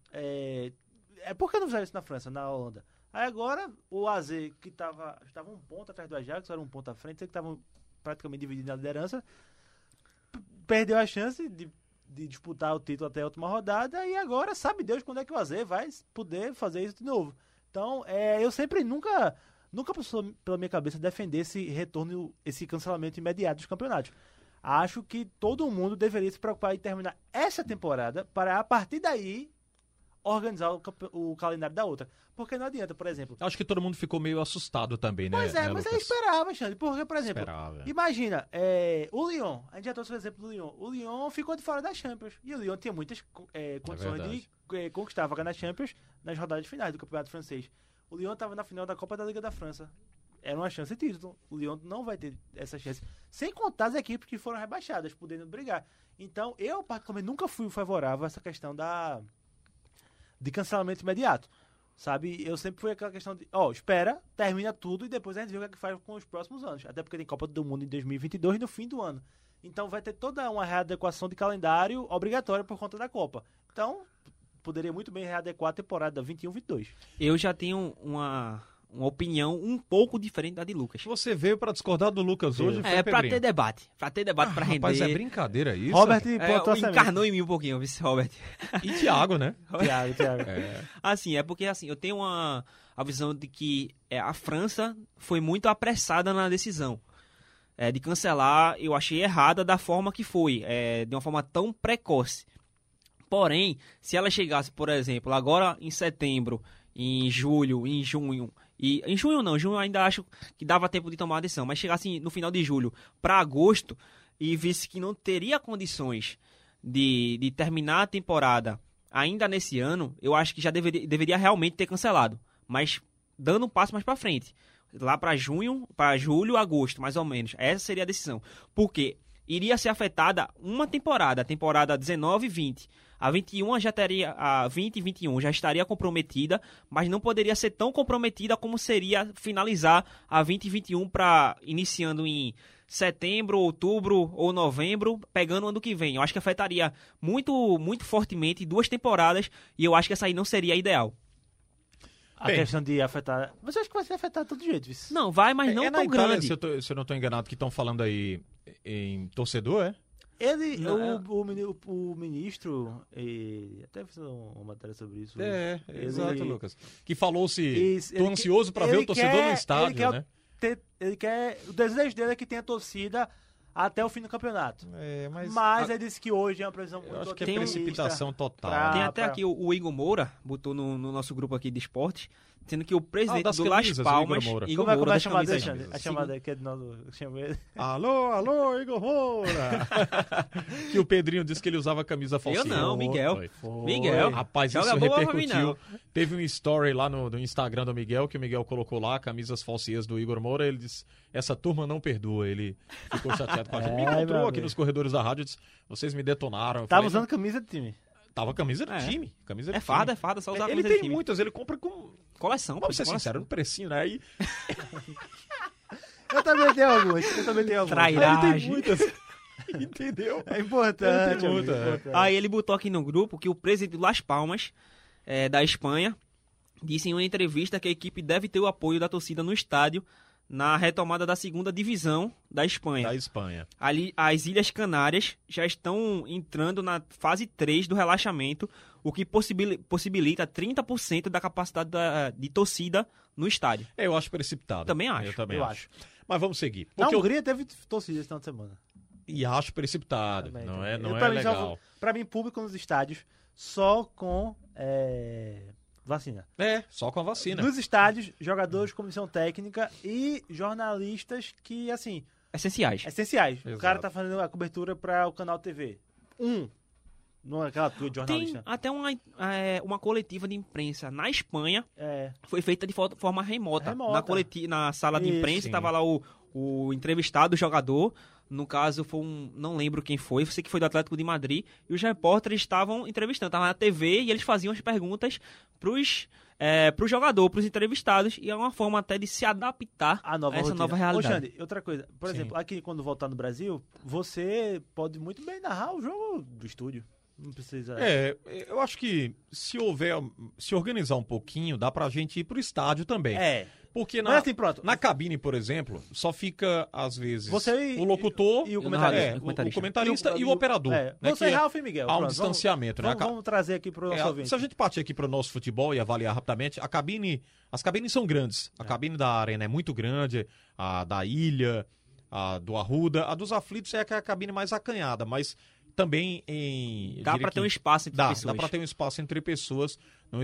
Por que não fizeram isso na França, na Holanda? Aí agora o AZ, que estava um ponto atrás do Ajax, era um ponto à frente, que estavam praticamente divididos na liderança, perdeu a chance de disputar o título até a última rodada e agora sabe Deus quando é que o AZ vai poder fazer isso de novo. Então, eu sempre nunca passou pela minha cabeça defender esse retorno, esse cancelamento imediato dos campeonatos. Acho que todo mundo deveria se preocupar em terminar essa temporada para, a partir daí, organizar o calendário da outra. Porque não adianta, por exemplo... Acho que todo mundo ficou meio assustado também, né? Pois mas eu esperava, Xande. Porque, por exemplo, imagina, o Lyon, a gente já trouxe o exemplo do Lyon. O Lyon ficou de fora da Champions. E o Lyon tinha muitas condições de conquistar a vaga na Champions nas rodadas finais do Campeonato Francês. O Lyon estava na final da Copa da Liga da França. Era uma chance de título. O Lyon não vai ter essa chance. Sem contar as equipes que foram rebaixadas, podendo brigar. Então, eu, particularmente, nunca fui favorável a essa questão de cancelamento imediato. sabe? Eu sempre fui aquela questão de, espera, termina tudo e depois a gente vê o que é que faz com os próximos anos. Até porque tem Copa do Mundo em 2022 no fim do ano. Então vai ter toda uma readequação de calendário obrigatória por conta da Copa. Então, poderia muito bem readequar a temporada 21-22. Eu já tenho uma opinião um pouco diferente da de Lucas. Você veio pra discordar do Lucas hoje, foi, Pra Pedrinho? ter debate. Pra ter debate, pra render. Rapaz, é brincadeira isso? Robert pontuou essa encarnou em mim um pouquinho, vice Robert. E Thiago, né? Thiago. Assim, é porque assim, eu tenho a visão de que a França foi muito apressada na decisão. De cancelar, eu achei errada da forma que foi, de uma forma tão precoce. Porém, se ela chegasse, por exemplo, agora em setembro, em julho, em junho, e em junho não, junho ainda acho que dava tempo de tomar a decisão, mas chegasse no final de julho para agosto e visse que não teria condições de terminar a temporada ainda nesse ano, eu acho que já deveria realmente ter cancelado, mas dando um passo mais para frente. Lá para julho, agosto, mais ou menos. Essa seria a decisão. Porque iria ser afetada uma temporada, a temporada 19 e 20. A 21 já teria, a 20 e 21 já estaria comprometida, mas não poderia ser tão comprometida como seria finalizar a 20 e 21 iniciando em setembro, outubro ou novembro, pegando o ano que vem. Eu acho que afetaria muito, muito fortemente 2 temporadas e eu acho que essa aí não seria a ideal. A questão de afetar... Mas eu acho que vai ser afetado de todo jeito, viu? Não, vai, mas não tão Itália, grande. se eu não estou enganado, que estão falando aí em torcedor, é? O ministro, até fiz uma matéria sobre isso. Exato, Lucas. Que falou-se, tô ansioso para ver o torcedor no estádio, né? O desejo dele é que tenha torcida até o fim do campeonato. Mas ele disse que hoje é uma previsão muito otimista. Acho que é precipitação total. Tem até aqui o Igor Moura, botou no nosso grupo aqui de esportes, sendo que o presidente do Las Palmas... Como é que vai chamar dele? A chamada que é de nós, chama ele. Alô, Igor Moura! Que o Pedrinho disse que ele usava camisa falsinha. Eu não, Miguel. Foi. Miguel. Rapaz, isso repercutiu. Teve um story lá no Instagram do Miguel, que o Miguel colocou lá, camisas falsias do Igor Moura. Ele disse, essa turma não perdoa. Ele ficou chateado com a gente. Me encontrou aqui nos corredores da rádio e disse, vocês me detonaram. Tava usando camisa de time. Tava camisa de time. É farda, só usar ele camisa de tem time. muitas, ele compra com... Coleção. Vamos ser sinceros, no precinho, né? Aí... Eu também tenho algumas. Trairagem. Ele tem muitas. Entendeu? É importante. Aí ele botou aqui no grupo que o presidente do Las Palmas, da Espanha, disse em uma entrevista que a equipe deve ter o apoio da torcida no estádio na retomada da segunda divisão da Espanha. Ali, as Ilhas Canárias já estão entrando na fase 3 do relaxamento, o que possibilita 30% da capacidade de torcida no estádio. Eu acho precipitado. Também acho. Eu também acho. Mas vamos seguir. A Hungria teve torcida esse final de semana. E acho precipitado. Também, não também. É legal. Pra mim, público nos estádios, só com vacina. Só com a vacina. Nos estádios, jogadores, comissão técnica e jornalistas que, assim... Essenciais. Exato. O cara tá fazendo a cobertura para o canal TV. Não é aquela tua de jornalista. Tem até uma coletiva de imprensa na Espanha. Foi feita de forma remota. Na sala de imprensa estava lá o entrevistado, o jogador. No caso, não lembro quem foi, sei que foi do Atlético de Madrid. E os repórteres estavam entrevistando, estavam na TV e eles faziam as perguntas pro jogador, pros entrevistados. E é uma forma até de se adaptar a essa nova realidade. Ô, Xande, outra coisa. Por exemplo, aqui quando voltar no Brasil, você pode muito bem narrar o jogo do estúdio. Não precisa... eu acho que se organizar um pouquinho, dá pra gente ir pro estádio também. Porque na cabine, por exemplo, só fica, às vezes, o locutor, e o comentarista e o operador. Né, você, Ralf e Miguel. Há um distanciamento. Vamos trazer aqui pro nosso ouvinte. Se a gente partir aqui pro nosso futebol e avaliar rapidamente, as cabines são grandes. A cabine da Arena é muito grande, a da Ilha, a do Arruda. A dos Aflitos é a cabine mais acanhada, mas... Também dá para ter um espaço entre pessoas. Dá para ter um espaço entre pessoas, não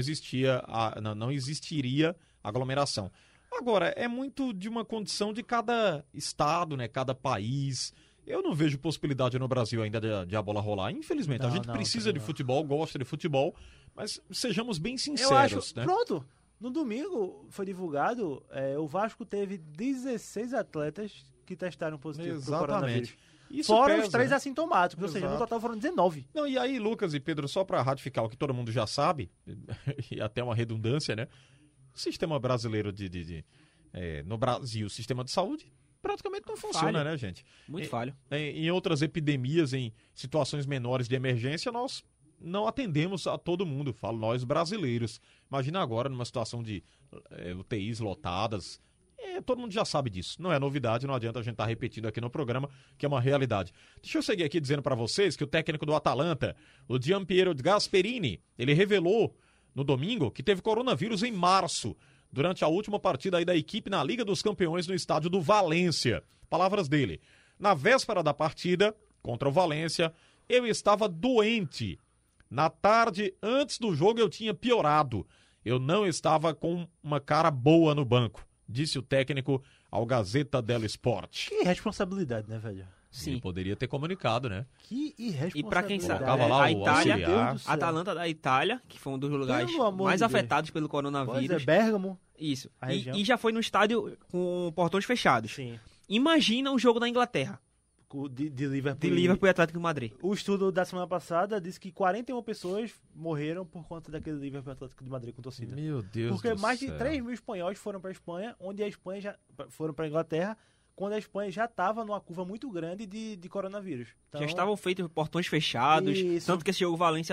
existiria aglomeração. Agora, é muito de uma condição de cada estado, né, cada país. Eu não vejo possibilidade no Brasil ainda de a bola rolar. Infelizmente, a gente precisa de futebol, gosta de futebol, mas sejamos bem sinceros. Eu acho, né? Pronto, no domingo foi divulgado, o Vasco teve 16 atletas que testaram positivo pro Exatamente. coronavírus. Isso Fora pesa, os 3 né? assintomáticos, ou seja, no Exato. total foram 19. Não, e aí, Lucas e Pedro, só para ratificar o que todo mundo já sabe, e até uma redundância, né? O sistema brasileiro no Brasil, o sistema de saúde praticamente não funciona, Falho. né, gente? Muito falho. Em outras epidemias, em situações menores de emergência, nós não atendemos a todo mundo, falo nós brasileiros. Imagina agora numa situação de UTIs lotadas. Todo mundo já sabe disso, não é novidade, não adianta a gente estar repetindo aqui no programa, que é uma realidade. Deixa eu seguir aqui dizendo para vocês que o técnico do Atalanta, o Gianpiero Gasperini, ele revelou no domingo que teve coronavírus em março, durante a última partida aí da equipe na Liga dos Campeões no estádio do Valência. Palavras dele: na véspera da partida contra o Valência, eu estava doente. Na tarde, antes do jogo, eu tinha piorado. Eu não estava com uma cara boa no banco, disse o técnico ao Gazeta dello Sport. Que irresponsabilidade, né, velho? Sim. Ele poderia ter comunicado, né? Que irresponsabilidade. E pra quem sabe, Colocava lá a o Itália, auxiliar. Meu Deus do céu. a Atalanta da Itália, que foi um dos lugares Pelo amor mais de Deus. afetados pelo Pois é, coronavírus. Bérgamo. Isso. A região. E já foi no estádio com portões fechados. Sim. Imagina um jogo da Inglaterra, De Liverpool. de Liverpool e Atlético de Madrid. O estudo da semana passada disse que 41 pessoas morreram por conta daquele Liverpool Atlético de Madrid com torcida. Meu Deus Porque do mais de céu. 3 mil espanhóis foram para a Espanha, onde a Espanha já foram para a Inglaterra, quando a Espanha já estava numa curva muito grande de coronavírus. Então, Já estavam feitos portões fechados. Isso. Tanto que esse jogo Valência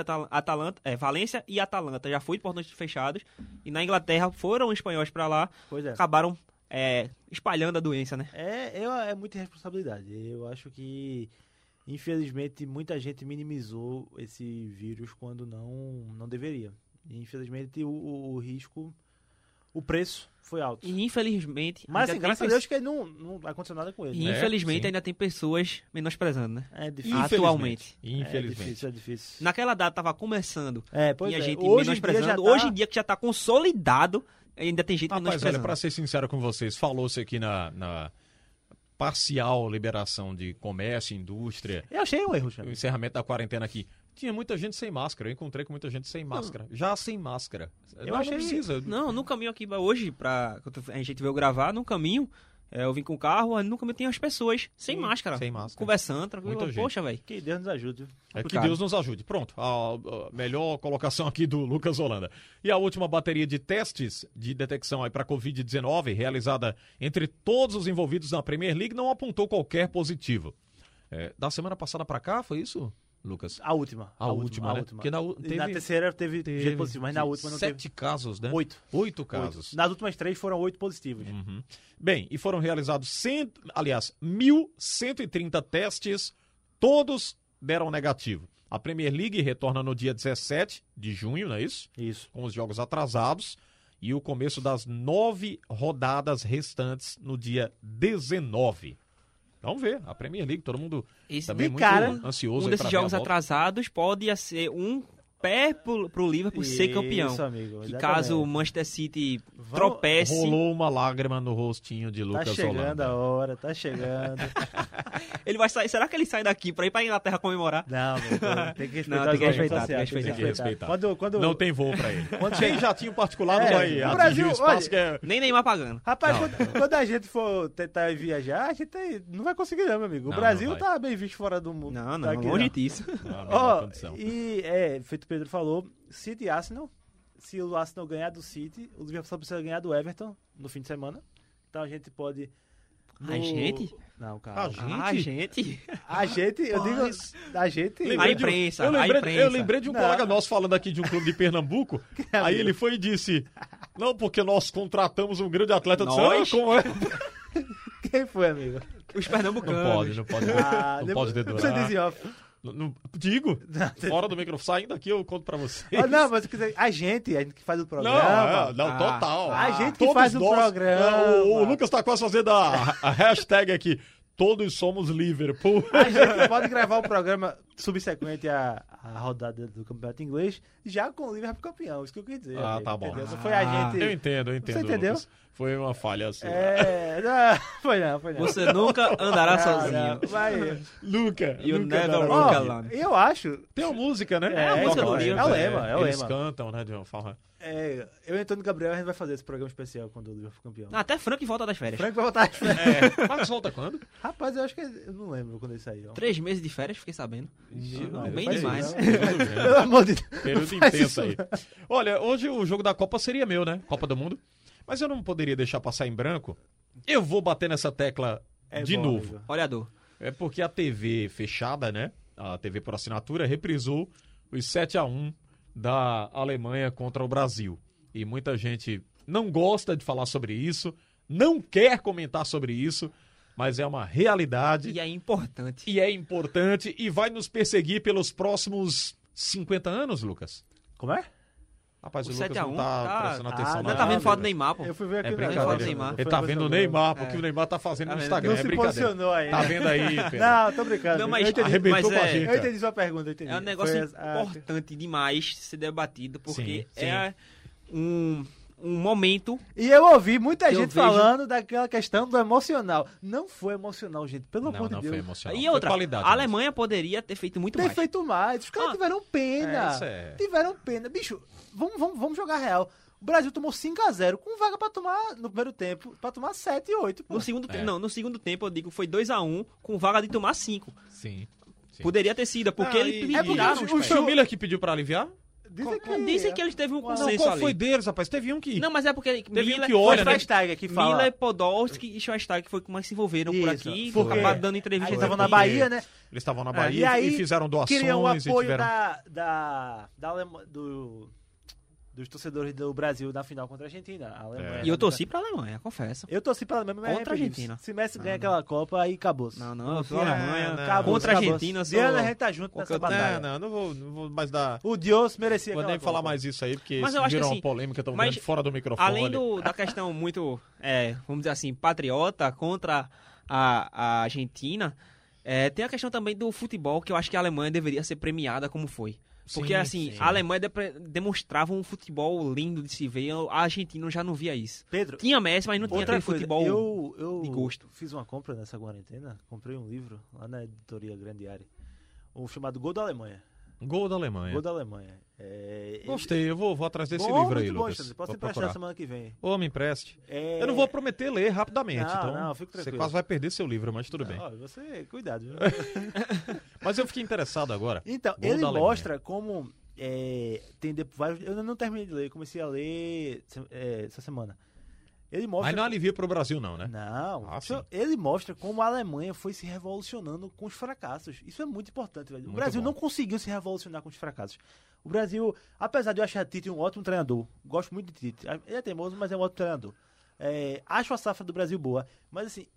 e Atalanta já foi de portões fechados. E na Inglaterra foram espanhóis para lá, Pois é. acabaram espalhando a doença, né? É muita irresponsabilidade. Eu acho que, infelizmente, muita gente minimizou esse vírus quando não deveria. E, infelizmente, o risco, o preço foi alto. E infelizmente. Mas, ainda assim, tem graças a Deus que não aconteceu nada com ele. E né? infelizmente sim. ainda tem pessoas menosprezando, né? É difícil. Atualmente. Infelizmente. É difícil. Naquela data tava começando Pois e a é. gente Hoje em dia menosprezando. já tá- Hoje em dia que já tá consolidado, ainda tem gente Rapaz, menosprezando. olha, pra ser sincero com vocês, falou-se aqui na parcial liberação de comércio, indústria, Eu achei um erro, o Xande. encerramento da quarentena aqui. Tinha muita gente sem máscara, eu encontrei com muita gente sem máscara. Já sem máscara. Eu Não achei- precisa. Não, no caminho aqui hoje, a gente veio gravar, no caminho, eu vim com o carro, no caminho tem as pessoas sem máscara. sem máscara. Conversando, tranquilo. Muita gente. Poxa, velho. Que Deus nos ajude. viu? É que Complicado. Deus nos ajude. Pronto, a melhor colocação aqui do Lucas Holanda. E a última bateria de testes de detecção aí para Covid-19, realizada entre todos os envolvidos na Premier League, não apontou qualquer positivo. Da semana passada para cá, foi isso, Lucas? A última. A última, né? Porque na terceira teve jeito positivo, mas na última não 7 casos, né? teve. 8. 8 casos. Nas últimas 3 foram 8 positivos. Uhum. Bem, e foram realizados 1.130 testes, todos deram negativo. A Premier League retorna no dia 17 de junho, não é isso? Isso. Com os jogos atrasados, e o começo das 9 rodadas restantes no dia 19. Vamos ver, a Premier League, todo mundo Esse também de muito cara, ansioso um aí desses pra ver jogos a volta. atrasados pode ser um pé pro Liverpool ser campeão. Isso, amigo. Que exatamente. caso o Manchester City tropece, Rolou uma lágrima no rostinho de Tá Lucas chegando Holanda. a hora, tá chegando. ele vai sair. Será que ele sai daqui pra ir pra Inglaterra comemorar? Não, amigo, tem que respeitar Não, tem que as respeitar, sociais, tem que respeitar. Quando, Não tem voo pra ele. Quando Quem já tinha um particular não É, vai no atingir Brasil, o espaço olha, que é... Nem Neymar pagando. Rapaz, Não. quando a gente for tentar viajar, a gente não vai conseguir não, meu amigo. O Não, Brasil não vai. tá bem visto fora do mundo. Não, Tá aqui, longe não. disso. Não, não Ó, é condição. e feito o Pedro falou, City e Arsenal. Se o Arsenal ganhar do City, o Liverpool só precisa ganhar do Everton no fim de semana. Então a gente pode... A gente? Não, calma. Ah, gente. A gente, eu digo... Rapaz. A gente... A imprensa, eu lembrei, a imprensa. eu lembrei de um Não. colega nosso falando aqui de um clube de Pernambuco. Aí ele foi e disse: não, porque nós contratamos um grande atleta. Eu disse, Nós? como é? Quem foi, amigo? Os pernambucanos. Não pode Você dedurar. diz em off. Digo, fora do microfone, saindo aqui eu conto pra vocês. Não, mas quer dizer, a gente que faz o Não, programa... total. A gente que Todos faz o nós- programa. O Lucas tá quase fazendo a hashtag aqui. Todos somos Liverpool. A gente pode gravar o programa subsequente à rodada do Campeonato Inglês, já com o Liverpool campeão. Isso que eu quis dizer. Ah, amigo, tá bom. entendeu? Não foi a gente... Eu entendo. Você entendeu? Lucas. Foi uma falha sua. Não, foi não. Você nunca andará sozinho. Não, vai. Luca. You Luca never Darabont. walk Ó, alone. eu acho... Tem uma música, né? É a música Toca do pra Liverpool. eles, É o lema, é o Eles lema. cantam, né, de uma forma... Eu e Antônio Gabriel, a gente vai fazer esse programa especial quando o Liverpool for campeão. Até Frank volta das férias. Frank vai voltar às férias. Marcos volta quando? Rapaz, eu acho que... Eu não lembro quando ele saiu. 3 meses de férias, fiquei sabendo. Não, bem faz demais. isso, não. Pelo amor de Deus. Período não faz intenso isso, aí. não. Olha, hoje o jogo da Copa seria meu, né? Copa do Mundo. Mas eu não poderia deixar passar em branco. Eu vou bater nessa tecla de bom, novo. amigo. Olhador. É porque a TV fechada, né? A TV por assinatura reprisou os 7-1 da Alemanha contra o Brasil. E muita gente não gosta de falar sobre isso, não quer comentar sobre isso, mas é uma realidade. E é importante. E é importante e vai nos perseguir pelos próximos 50 anos, Lucas. Como é? Rapaz, o O Lucas 7 a 1 não tá tá- prestando atenção Ainda na tá vendo vida. foto do Neymar, pô. Eu fui ver aqui É o negócio. brincadeira. Neymar. Ele tá vendo o Neymar, porque o Neymar tá fazendo Tá no vendo? Instagram. Não É se brincadeira. posicionou ainda. Tá vendo aí, Pedro? Não, tô brincando. Não, mas eu entendi, arrebentou mas com a é- gente. eu entendi sua pergunta, eu entendi. É um negócio Foi a- importante demais ser debatido, porque Sim, sim. é um momento. E eu ouvi muita Eu gente vejo- falando daquela questão do emocional. Não foi emocional, gente. Pelo amor de Não Deus. foi emocional. E Foi outra, qualidade a mesmo. Alemanha poderia ter feito muito Ter mais. feito mais. Os caras Ah, tiveram pena. isso é. Tiveram pena. Bicho, vamos jogar real. O Brasil tomou 5-0 com vaga pra tomar no primeiro tempo, pra tomar 7 e 8. Pô. No segundo, É. não, no segundo tempo, eu digo, foi 2-1, com vaga de tomar 5. Sim. Sim. Poderia ter sido, porque Ah, ele e- é porque tiraram o os show- pés. Foi o Miller que pediu pra aliviar? Dizem que eles teve um Não, Não, consenso qual ali. foi deles, rapaz? Teve um que... Não, mas é porque Teve um Miller, que olha, Foi né? Schweinsteiger que fala. Miller, Podolski e Schweinsteiger que foi que mais se envolveram por Isso, aqui, porque acabaram dando entrevista. Eles Foi, estavam na porque- Bahia, né? Eles estavam na E Bahia aí, e fizeram doações queriam o e apoio tiveram... dos torcedores do Brasil na final contra a Argentina. A Alemanha. E eu torci pra Alemanha, confesso. Eu torci pra Alemanha, mas Contra a arrependi. Argentina. Se Messi ganha aquela Copa, aí acabou. Não, eu sou É, Alemanha. não. Acabou, Contra a acabou. Argentina, De ano a gente sou... tá junto Qualquer nessa outra- batalha. Não vou mais dar... O Dios merecia Vou aquela nem falar Copa. mais isso aí, porque Mas se eu acho que virou assim, uma polêmica tão mas grande fora do microfone. Além da questão muito, vamos dizer assim, patriota contra a Argentina, tem a questão também do futebol, que eu acho que a Alemanha deveria ser premiada como foi. Porque, Sim, assim, sim. a Alemanha demonstrava um futebol lindo de se ver, a Argentina já não via isso. Pedro, Tinha Messi, mas não tinha outra aquele coisa, futebol... eu de gosto. fiz uma compra nessa quarentena, comprei um livro lá na editoria Grande Área, um chamado Gol da Alemanha. Gol da Alemanha. Gol da Alemanha. Gostei, eu vou atrás desse Bom, livro aí, muito bom, Lucas. Alexandre. Posso Vou emprestar procurar. semana que vem. Ô, me empreste. É, Eu não vou prometer ler rapidamente, Não, então não, fique você tranquilo. quase vai perder seu livro, mas tudo bem. Ó, você, cuidado. Viu? Mas eu fiquei interessado agora. Então, Gol ele da Alemanha. mostra como tem vários... Eu não terminei de ler, comecei a ler essa semana. Ele mostra... Mas não alivia pro Brasil, não, né? Não, Ah, sim. ele mostra como a Alemanha foi se revolucionando com os fracassos. Isso é muito importante, velho. O Muito Brasil bom. não conseguiu se revolucionar com os fracassos. O Brasil, apesar de eu achar Tite um ótimo treinador, gosto muito de Tite. Ele é teimoso, mas é um ótimo treinador. Acho a safra do Brasil boa, mas assim,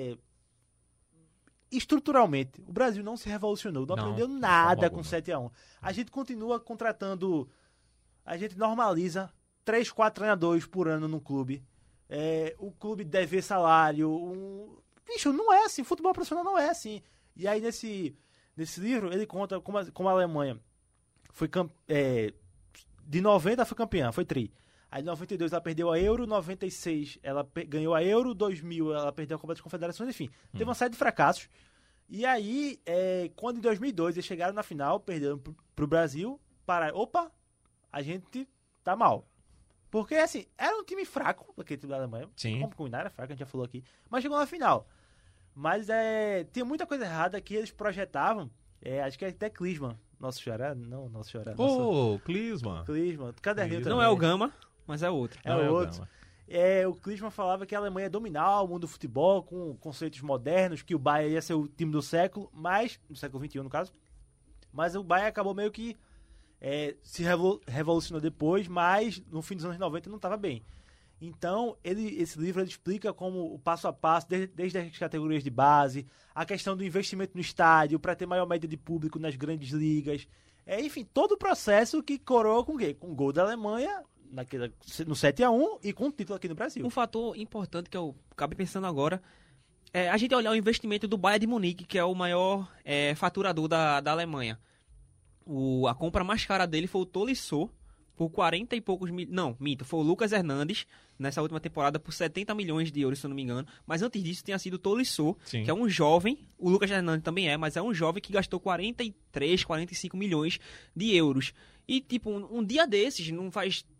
estruturalmente, o Brasil não se revolucionou, não Não, aprendeu de nada forma com alguma. 7-1. A gente continua contratando, a gente normaliza 3, 4 treinadores por ano no clube. O clube deve salário. Bicho, não é assim. Futebol profissional não é assim. E aí, nesse livro, ele conta como a Alemanha foi de 90 foi campeã, foi tri. Aí, em 92, ela perdeu a Euro. 96, ela ganhou a Euro. 2000, ela perdeu a Copa das Confederações. Enfim, teve uma série de fracassos. E aí, quando em 2002 eles chegaram na final, perderam pro Brasil, opa, a gente tá mal. Porque, assim, era um time fraco, aquele time da Alemanha. Sim. Como combinar, era fraco, a gente já falou aqui. Mas chegou na final. Mas tinha muita coisa errada que eles projetavam. Acho que é até Klinsmann, nosso xará. Não, nosso xará. Ô, Klinsmann. Klinsmann, caderninho também. Não é o Gama, mas é outro. É Não é o outro. Gama. O Klinsmann falava que a Alemanha ia dominar o mundo do futebol com conceitos modernos, que o Bayern ia ser o time do século, mas do século XXI, no caso. Mas o Bayern acabou meio que se revolucionou depois, mas no fim dos anos 90 não estava bem. Então, esse livro ele explica como o passo a passo, desde as categorias de base, a questão do investimento no estádio para ter maior média de público nas grandes ligas. Enfim, todo o processo que coroa com o quê? Com o gol da Alemanha no 7-1 e com o título aqui no Brasil. Um fator importante que eu acabei pensando agora a gente olhar o investimento do Bayern de Munique, que é o maior faturador da Alemanha. A compra mais cara dele foi o Tolisso, por 40 e poucos mil... Não, minto, foi o Lucas Hernandes, nessa última temporada, por 70 milhões de euros, se eu não me engano. Mas antes disso tinha sido o Tolisso, Sim. que é um jovem, o Lucas Hernandes também mas é um jovem que gastou 43, 45 milhões de euros. E, tipo, um dia desses, não faz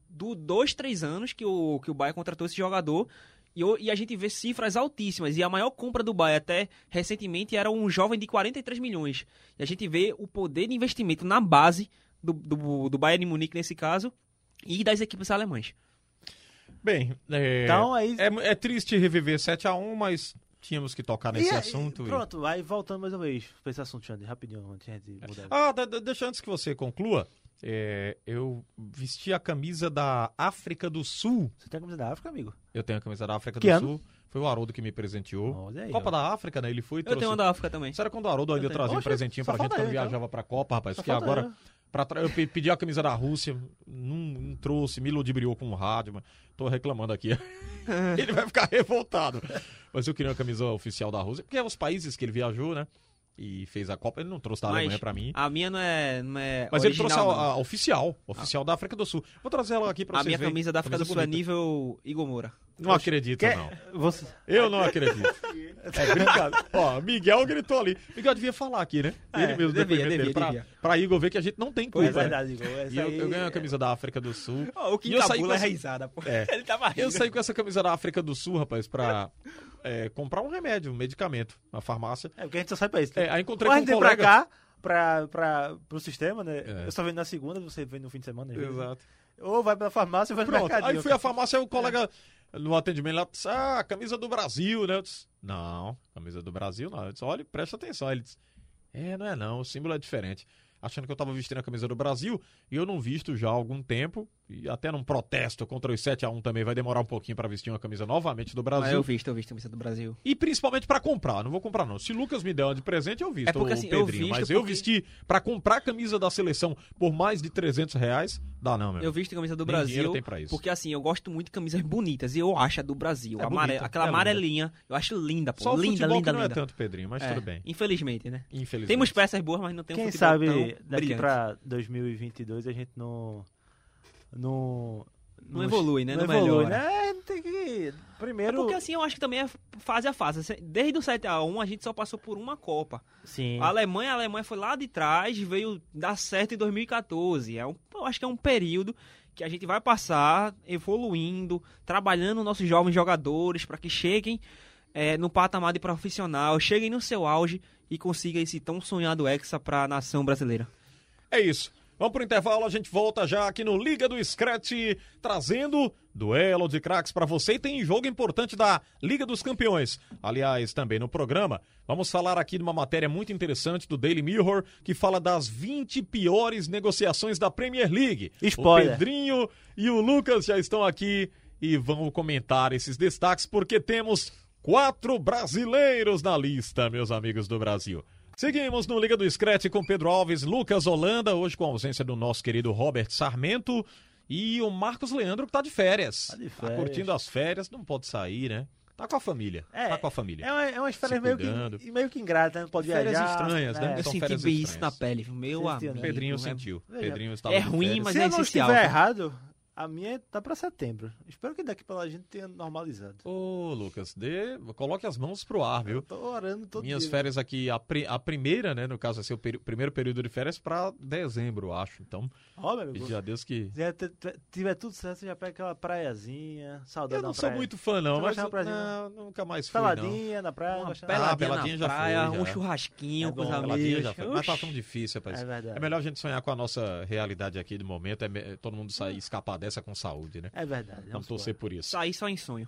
2, 3 anos que o Bayern contratou esse jogador. E a gente vê cifras altíssimas. E a maior compra do Bayern até recentemente era um jovem de 43 milhões. E a gente vê o poder de investimento na base do Bayern de Munique, nesse caso, e das equipes alemãs. Bem, Então, aí... é triste reviver 7-1, mas tínhamos que tocar nesse assunto. Pronto, aí voltando mais uma vez pra esse assunto, Xande, rapidinho, antes de mudar. Deixa antes que você conclua. Eu vesti a camisa da África do Sul. Você tem a camisa da África, amigo? Eu tenho a camisa da África Que do ano? Sul. Foi o Haroldo que me presenteou. Olha aí, Copa ó. da África, né? Ele foi e Eu trouxe... tenho uma da África também. Isso era quando o Haroldo ainda trazia um Oxe, presentinho só pra gente falta quando eu, então. viajava pra Copa, rapaz. Só Que falta agora... eu. Eu pedi a camisa da Rússia, não trouxe, me ludibriou com o rádio, mas tô reclamando aqui. Ele vai ficar revoltado. Mas eu queria uma camisa oficial da Rússia, porque é os países que ele viajou, né? E fez a Copa, ele não trouxe da Alemanha pra mim. A minha não é Mas original, ele trouxe não. a oficial da África do Sul. Vou trazer ela aqui pra A vocês minha verem. camisa da África do Sul é bonita. nível Igor Moura. Não acredito, não. Você... Eu não acredito. É brincadeira. Ó, Miguel gritou ali. Miguel devia falar aqui, né? Ele mesmo devia. pra Igor ver que a gente não tem culpa. É verdade, Igor. E eu ganhei a camisa da África do Sul. O E que eu saí com encabula é essa- risada, pô. É. Ele tava rindo. Eu saí com essa camisa da África do Sul, rapaz, pra comprar um remédio, um medicamento na farmácia. É porque a gente só sai pra isso. Né? Aí encontrei Quando com a um gente vem colega... pra cá, pro sistema, né? É. Eu só venho na segunda, você vem no fim de semana. né? Exato. Ou vai pra farmácia ou vai no Pronto, mercadinho. aí fui à farmácia, o colega no atendimento lá disse, camisa do Brasil, né? Eu disse, não, camisa do Brasil não. Eu disse, olha, presta atenção. Ele disse, não é não, o símbolo é diferente. Achando que eu tava vestindo a camisa do Brasil, e eu não visto já há algum tempo, e até num protesto contra os 7-1 também vai demorar um pouquinho pra vestir uma camisa novamente do Mas Brasil. eu visto a camisa do Brasil. E principalmente pra comprar, não vou comprar não. Se Lucas me der uma de presente, eu visto, É porque, assim, eu Pedrinho. visto Mas eu porque- vestir pra comprar a camisa da seleção por mais de R$300, dá não, meu. Eu visto a camisa do Nem dinheiro Brasil tem pra isso. porque, assim, eu gosto muito de camisas bonitas e eu acho a do Brasil. É bonita, Aquela é linda. amarelinha, eu acho linda, pô. Só o linda, futebol linda, que não linda. é tanto, Pedrinho, mas tudo bem. Infelizmente, né? Infelizmente. Temos peças boas, mas não tem um Quem futebol sabe tão daqui brilhante. pra 2022 a gente não evolui, né? Não Não evolui, melhora. né? Tem que... É Primeiro... porque, assim, eu acho que também é fase a fase. Desde o 7-1, a gente só passou por uma Copa. Sim. A Alemanha foi lá de trás, veio dar certo em 2014. Eu acho que é um período que a gente vai passar evoluindo, trabalhando nossos jovens jogadores para que cheguem no patamar de profissional, cheguem no seu auge e consigam esse tão sonhado hexa para a nação brasileira. É isso. Vamos pro intervalo, a gente volta já aqui no Liga do Scratch, trazendo duelo de craques para você. E tem jogo importante da Liga dos Campeões. Aliás, também no programa, vamos falar aqui de uma matéria muito interessante do Daily Mirror, que fala das 20 piores negociações da Premier League. Spoiler. O Pedrinho e o Lucas já estão aqui e vão comentar esses destaques, porque temos 4 brasileiros na lista, meus amigos do Brasil. Seguimos no Liga do Scratch com Pedro Alves, Lucas Holanda, hoje com a ausência do nosso querido Robert Sarmento e o Marcos Leandro, que tá de férias. Tá de Tá férias. curtindo as férias, não pode sair, né? Tá com a família. Tá com a família. É umas férias Se cuidando. meio que ingrata, né? Não pode Férias viajar. estranhas, né? Eu São senti férias bem isso estranhas. na pele, meu Sentiu, amigo. né? Pedrinho sentiu. Veja. Pedrinho estava É de ruim, férias. mas Se é eu não essencial. estiver tá? errado, a minha tá pra setembro. Espero que daqui pra lá a gente tenha normalizado. Ô, Lucas, coloque as mãos pro ar, viu? Tô orando todo Minhas dia. férias aqui, a primeira, né, no caso, vai ser o primeiro período de férias pra dezembro, eu acho. Então, Ó, meu amigo. pedir a Deus que... Se tiver tudo certo, você já pega aquela praiazinha, saudade Eu não da sou praia. muito fã, não, Você mas gosta da praiazinha, não, nunca mais fui, não. Peladinha na praia. Uma gosta- peladinha, peladinha na já praia, foi, um já. churrasquinho É com os bom, Peladinha amigos. já foi, mas tá tão difícil, rapaz. É verdade. É melhor a gente sonhar com a nossa realidade aqui do momento, todo mundo sair, escapar dessa com saúde, né? É verdade. Vamos torcer por isso. Sair só em sonho.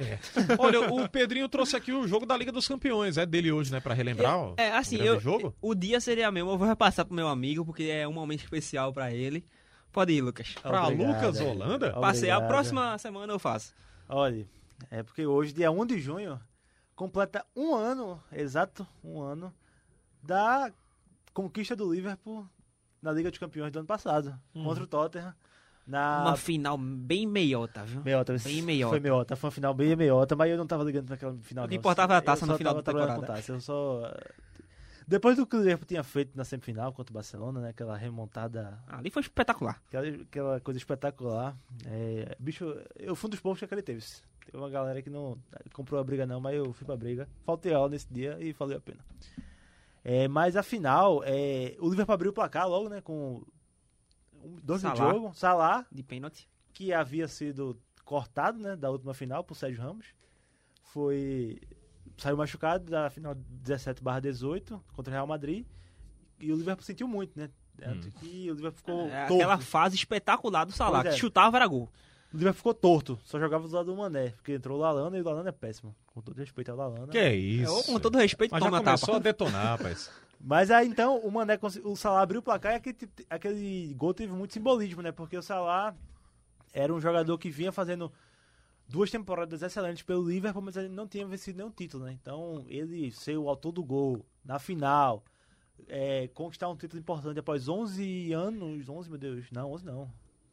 Olha, o Pedrinho trouxe aqui o jogo da Liga dos Campeões, é dele hoje, né, pra relembrar o Assim, grande jogo. o dia seria meu, eu vou repassar pro meu amigo, porque é um momento especial pra ele. Pode ir, Lucas. Pra Obrigado, Lucas Holanda? Passei, a Obrigado. próxima semana eu faço. Olha, é porque hoje, dia 1 de junho, completa um ano, exato um ano, da conquista do Liverpool na Liga dos Campeões do ano passado, contra o Tottenham. Uma final bem meiota, viu? Meiota, Bem meiota. Foi meiota, foi uma final bem meiota, mas eu não tava ligando naquela final. O que não. importava era a taça Eu no só final tava da trabalhando temporada. com taça, eu só... Depois do que o Liverpool tinha feito na semifinal contra o Barcelona, né? Aquela remontada, Ali foi espetacular. aquela coisa espetacular. Bicho, eu fui um dos poucos que acreditei. Tem uma galera que não comprou a briga não, mas eu fui pra briga. Faltei aula nesse dia e valeu a pena. Mas a final, o Liverpool abriu o placar logo, né? Com 2 minutos de Salah. jogo. Salah. De pênalti. que havia sido cortado, né, da última final por Sérgio Ramos. Saiu machucado da final 17/18 contra o Real Madrid. E o Liverpool sentiu muito, né? Tanto que o Liverpool ficou torto. Aquela fase espetacular do Salah, Pois é. que chutava era gol. O Liverpool ficou torto. Só jogava do lado do Mané. Porque entrou o Lallana e o Lallana é péssimo. Com todo respeito ao Lallana. Que é isso? Com todo respeito, Mas já toma a começou tapa. a detonar, rapaz. Mas aí então o Mané, o Salah abriu o placar e aquele gol teve muito simbolismo, né? Porque o Salah era um jogador que vinha fazendo 2 temporadas excelentes pelo Liverpool, mas ele não tinha vencido nenhum título, né? Então ele ser o autor do gol na final, conquistar um título importante após 11 anos. 11, meu Deus. Não, 11 não.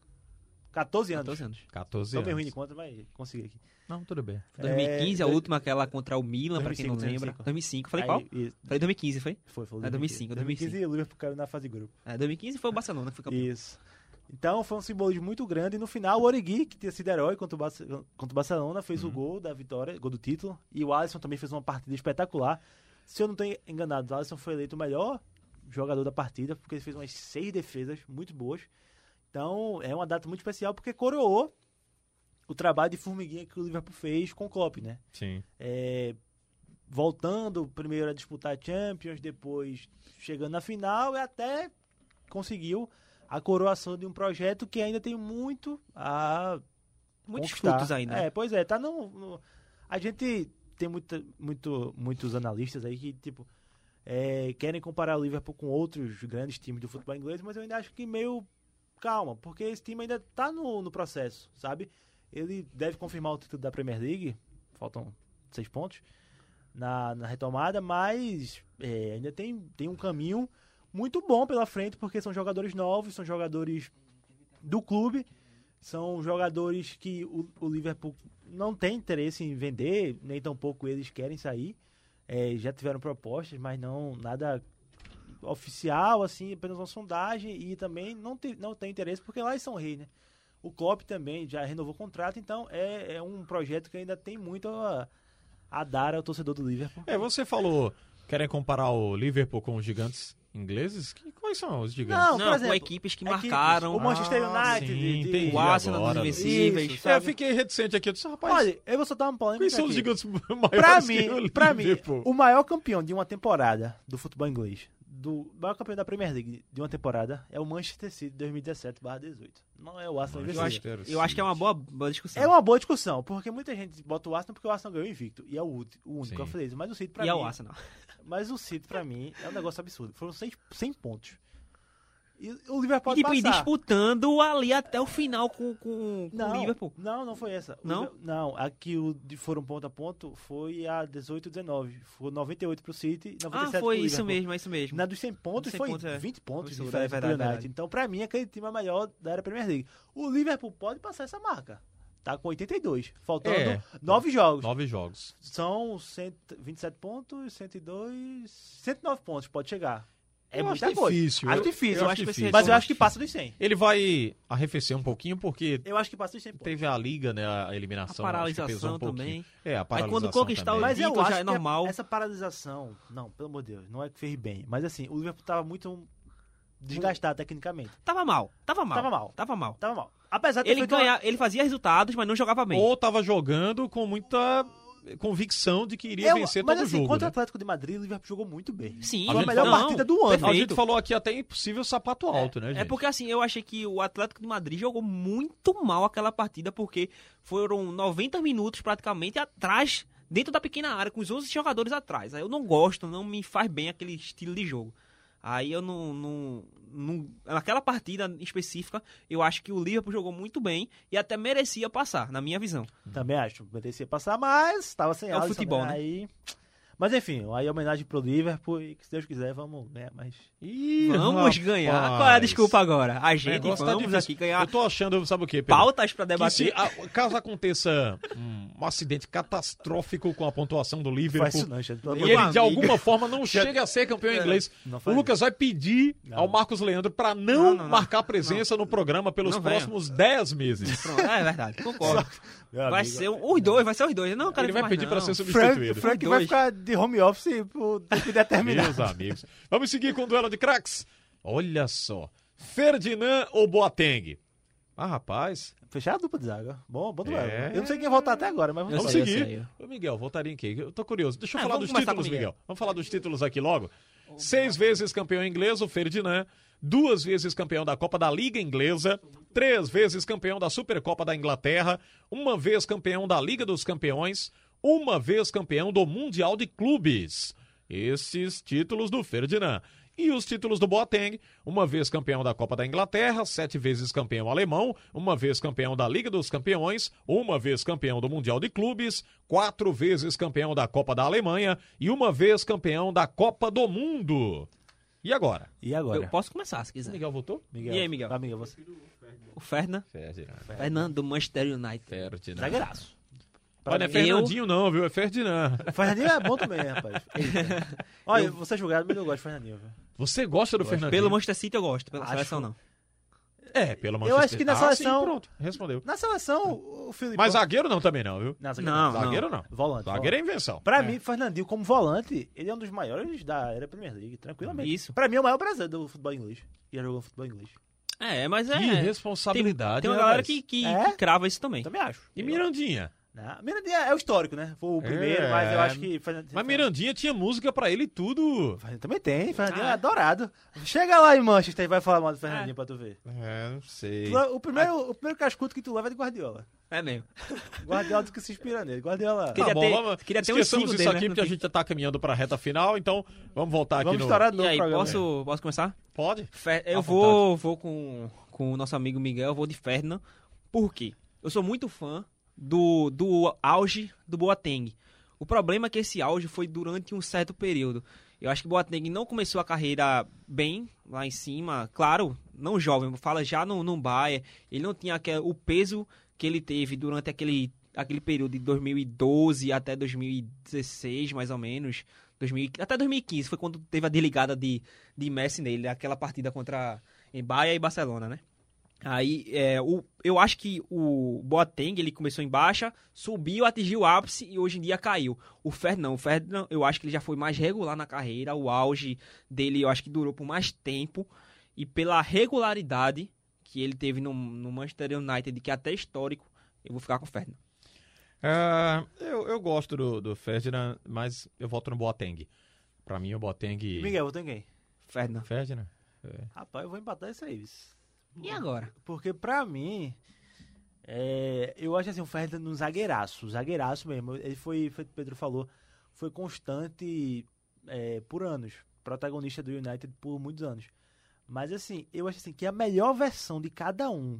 14 anos. 14 anos. 14 Tô meio ruim anos. de conta, mas consegui aqui. Não, tudo bem. 2015, a última, aquela contra o Milan, pra quem não 2005, lembra. 2005, falei Aí, qual? e- Falei 2015, foi? Foi 2005, 2015 e o Liverpool caiu na fase de grupo. 2015 foi o Barcelona que foi campeão. Isso. Então foi um simbolismo muito grande. E no final, o Origi, que tinha sido herói contra o Barcelona, fez o gol da vitória, gol do título. E o Alisson também fez uma partida espetacular. Se eu não estou enganado, o Alisson foi eleito o melhor jogador da partida, porque ele fez umas 6 defesas muito boas. Então é uma data muito especial, porque coroou o trabalho de formiguinha que o Liverpool fez com o Klopp, né? Sim. Voltando primeiro a disputar a Champions, depois chegando na final e até conseguiu a coroação de um projeto que ainda tem muito a Muitos conquistar. frutos ainda. Pois é, tá a gente tem muitos analistas aí que, tipo, querem comparar o Liverpool com outros grandes times do futebol inglês, mas eu ainda acho que meio calma, porque esse time ainda tá no processo, sabe? Ele deve confirmar o título da Premier League, faltam 6 pontos na retomada, mas ainda tem um caminho muito bom pela frente, porque são jogadores novos, são jogadores do clube, são jogadores que o Liverpool não tem interesse em vender, nem tampouco eles querem sair. Já tiveram propostas, mas nada oficial, assim, apenas uma sondagem, e também não tem interesse, porque lá eles são reis, né? O Klopp também já renovou o contrato, então é um projeto que ainda tem muito a dar ao torcedor do Liverpool. Você falou, querem comparar o Liverpool com os gigantes ingleses? Quais são os gigantes? Não, Não, por com exemplo, equipes que marcaram. O Manchester United, sim, entendi o Arsenal dos agora. Invencíveis. Isso, sabe? Eu fiquei reticente aqui. Eu disse, rapaz, Olha, eu vou soltar uma polêmica quais são os aqui. gigantes maiores que o Pra mim, Liverpool? o maior campeão de uma temporada do futebol inglês, o maior campeão da Premier League de uma temporada, é o Manchester City 2017/18. Não é o Arsenal Invencível. Eu acho que é uma boa discussão. É uma boa discussão, porque muita gente bota o Arsenal porque o Arsenal ganhou invicto. E é o único, Sim. eu falei isso. Mas o City pra E é mim. o Arsenal. Mas o City pra mim é um negócio absurdo. Foram 100 pontos. E o Liverpool E pode tipo, passar. disputando ali até o final com o Liverpool. Não foi essa. Não? Não, a que foram ponto a ponto foi a 18-19. Foi 98 pro City e 97 Foi pro isso Liverpool. mesmo, é isso mesmo. Na dos 100 pontos 100 foi pontos, 20 pontos de Absurdo, diferença é pro verdade, United. verdade. Então, pra mim, aquele time é maior da era Premier League. O Liverpool pode passar essa marca. Tá com 82. Faltando 9 jogos. 9 jogos. São 27 pontos, 102... 109 pontos, pode chegar. É Eu muita acho coisa. difícil. Acho difícil. eu acho que vai ser Mas eu acho que passa dos 100. Ele vai arrefecer um pouquinho porque Eu acho que passa dos 100 pontos. teve a liga, né, a eliminação. A acho que pesou paralisação um pouquinho. também. A Aí paralisação quando conquistar também. o Mas eu título acho já é que normal. essa paralisação... Não, pelo amor de Deus, não é que fez bem. Mas assim, o Liverpool tava muito desgastado tecnicamente. Tava mal. Tava mal. Apesar de ter feito Ele fazia resultados, mas não jogava bem. Ou tava jogando com muita convicção de que iria vencer mas todo assim, jogo. contra o né? Atlético de Madrid, o Liverpool jogou muito bem. Sim. Foi a gente melhor falou- partida do ano. perfeito. A gente falou aqui até impossível sapato alto, né, gente? É porque assim, eu achei que o Atlético de Madrid jogou muito mal aquela partida, porque foram 90 minutos praticamente atrás, dentro da pequena área, com os 11 jogadores atrás. Aí eu não gosto, não me faz bem aquele estilo de jogo. Aí eu não naquela partida específica, eu acho que o Liverpool jogou muito bem e até merecia passar, na minha visão. Também acho, merecia passar, mas tava sem É o Alisson, futebol, né? Aí... Mas enfim, aí homenagem pro Liverpool e que se Deus quiser vamos ganhar mais. Ih, Vamos ganhar. rapaz. Qual é a desculpa agora? A O gente negócio tá vamos difícil. aqui ganhar Eu tô achando, sabe o quê, Pedro? pautas pra Que debater. caso aconteça um acidente catastrófico com a pontuação do Liverpool, Faz isso não, gente. Pelo e amor ele de de amigo. alguma forma não chega a ser campeão inglês, não o faz Lucas vai pedir ao Marcos Leandro para não Não. marcar presença no programa pelos Não venha. próximos 10 meses. Pronto, é verdade, concordo. Meu Vai amigo. ser os dois, vai ser os dois. Não, cara, Ele vai mais pedir não. para ser Frank substituído. vai Dois. ficar de home office por tempo determinado. Meus amigos. Vamos seguir com o duelo de craques. Olha só. Ferdinand ou Boateng? Ah, rapaz. Fechar a dupla de zaga. Bom duelo. É. Eu não sei quem voltar até agora, mas Vamos sei, eu seguir. sei. Ô, Miguel, voltaria em quem? Eu tô curioso. Deixa eu falar vamos dos começar títulos, com o Miguel. Miguel. Vamos falar dos títulos aqui logo. 6 vezes campeão inglês, o Ferdinand. 2 vezes campeão da Copa da Liga Inglesa. 3 vezes campeão da Supercopa da Inglaterra. 1 vez campeão da Liga dos Campeões. 1 vez campeão do Mundial de Clubes. Esses títulos do Ferdinand. E os títulos do Boateng, 1 vez campeão da Copa da Inglaterra, 7 vezes campeão alemão, 1 vez campeão da Liga dos Campeões, 1 vez campeão do Mundial de Clubes, 4 vezes campeão da Copa da Alemanha e 1 vez campeão da Copa do Mundo. E agora? E agora? Eu posso começar, se quiser. Miguel votou? Miguel. E aí, Miguel? Ah, Miguel, você. O Ferdinand. Ferdinand do Manchester United. Zagueiraço. Olha, não é Fernandinho não, viu? É Ferdinand. Fernandinho é bom também, rapaz. Olha, você é julgado, mas eu gosto de Fernandinho, velho. Você gosta do Fernandinho? Pelo Manchester City eu gosto, pela Acho. seleção não. Pelo Manchester. Eu acho que na seleção- Sim, pronto, respondeu. Na seleção, o Felipe. Mas zagueiro não também não, viu? Não, Não. Zagueiro não. Volante. Zagueiro é invenção. Pra mim, Fernandinho, como volante, ele é um dos maiores da era Premier League, tranquilamente. Isso. Pra mim, é o maior brasileiro do futebol inglês. E já jogou futebol inglês. Mas é. Que responsabilidade, Tem uma né, galera velho? que É? crava isso também. Também acho. E Mirandinha? Não, Mirandinha é o histórico, né? Foi o primeiro, mas eu acho que... Mas Mirandinha tinha música pra ele e tudo. Fernandinho também tem, Fernandinho é adorado. Chega lá em Manchester e vai falar mal do Fernandinho pra tu ver. Não sei. O primeiro cascudo que tu leva é de Guardiola. É mesmo. Guardiola diz que se inspira nele. Guardiola... Queria Tá ter- bom, queria ter um esqueçamos cinco isso dele, aqui né, porque a no gente já tá caminhando pra reta final, então vamos voltar aqui Vamos no... estourar de E novo aí, o programa. posso começar? Pode? Eu À vou com o nosso amigo Miguel, eu vou de Ferdinand. Por quê? Eu sou muito fã do auge do Boateng. O problema é que esse auge foi durante um certo período. Eu acho que o Boateng não começou a carreira bem lá em cima. Claro, não jovem, fala já no Bayern. Ele não tinha o peso que ele teve durante aquele período de 2012 até 2016, mais ou menos. Até 2015 foi quando teve a desligada de Messi nele, aquela partida contra Bayern e Barcelona, né? Aí, eu acho que o Boateng, ele começou em baixa, subiu, atingiu o ápice e hoje em dia caiu. O Ferdinand, eu acho que ele já foi mais regular na carreira, o auge dele eu acho que durou por mais tempo e pela regularidade que ele teve no Manchester United, que é até histórico, eu vou ficar com o Ferdinand. Eu gosto do Ferdinand, mas eu voto no Boateng. Pra mim, o Boateng... Miguel, vou ter quem? Ferdinand. Ferdinand? Rapaz, eu vou empatar isso aí. Vice. E agora? Porque pra mim, eu acho assim, o Ferdinand um zagueiraço mesmo. Ele foi, o Pedro falou, foi constante por anos, protagonista do United por muitos anos. Mas assim, eu acho assim, que a melhor versão de cada um,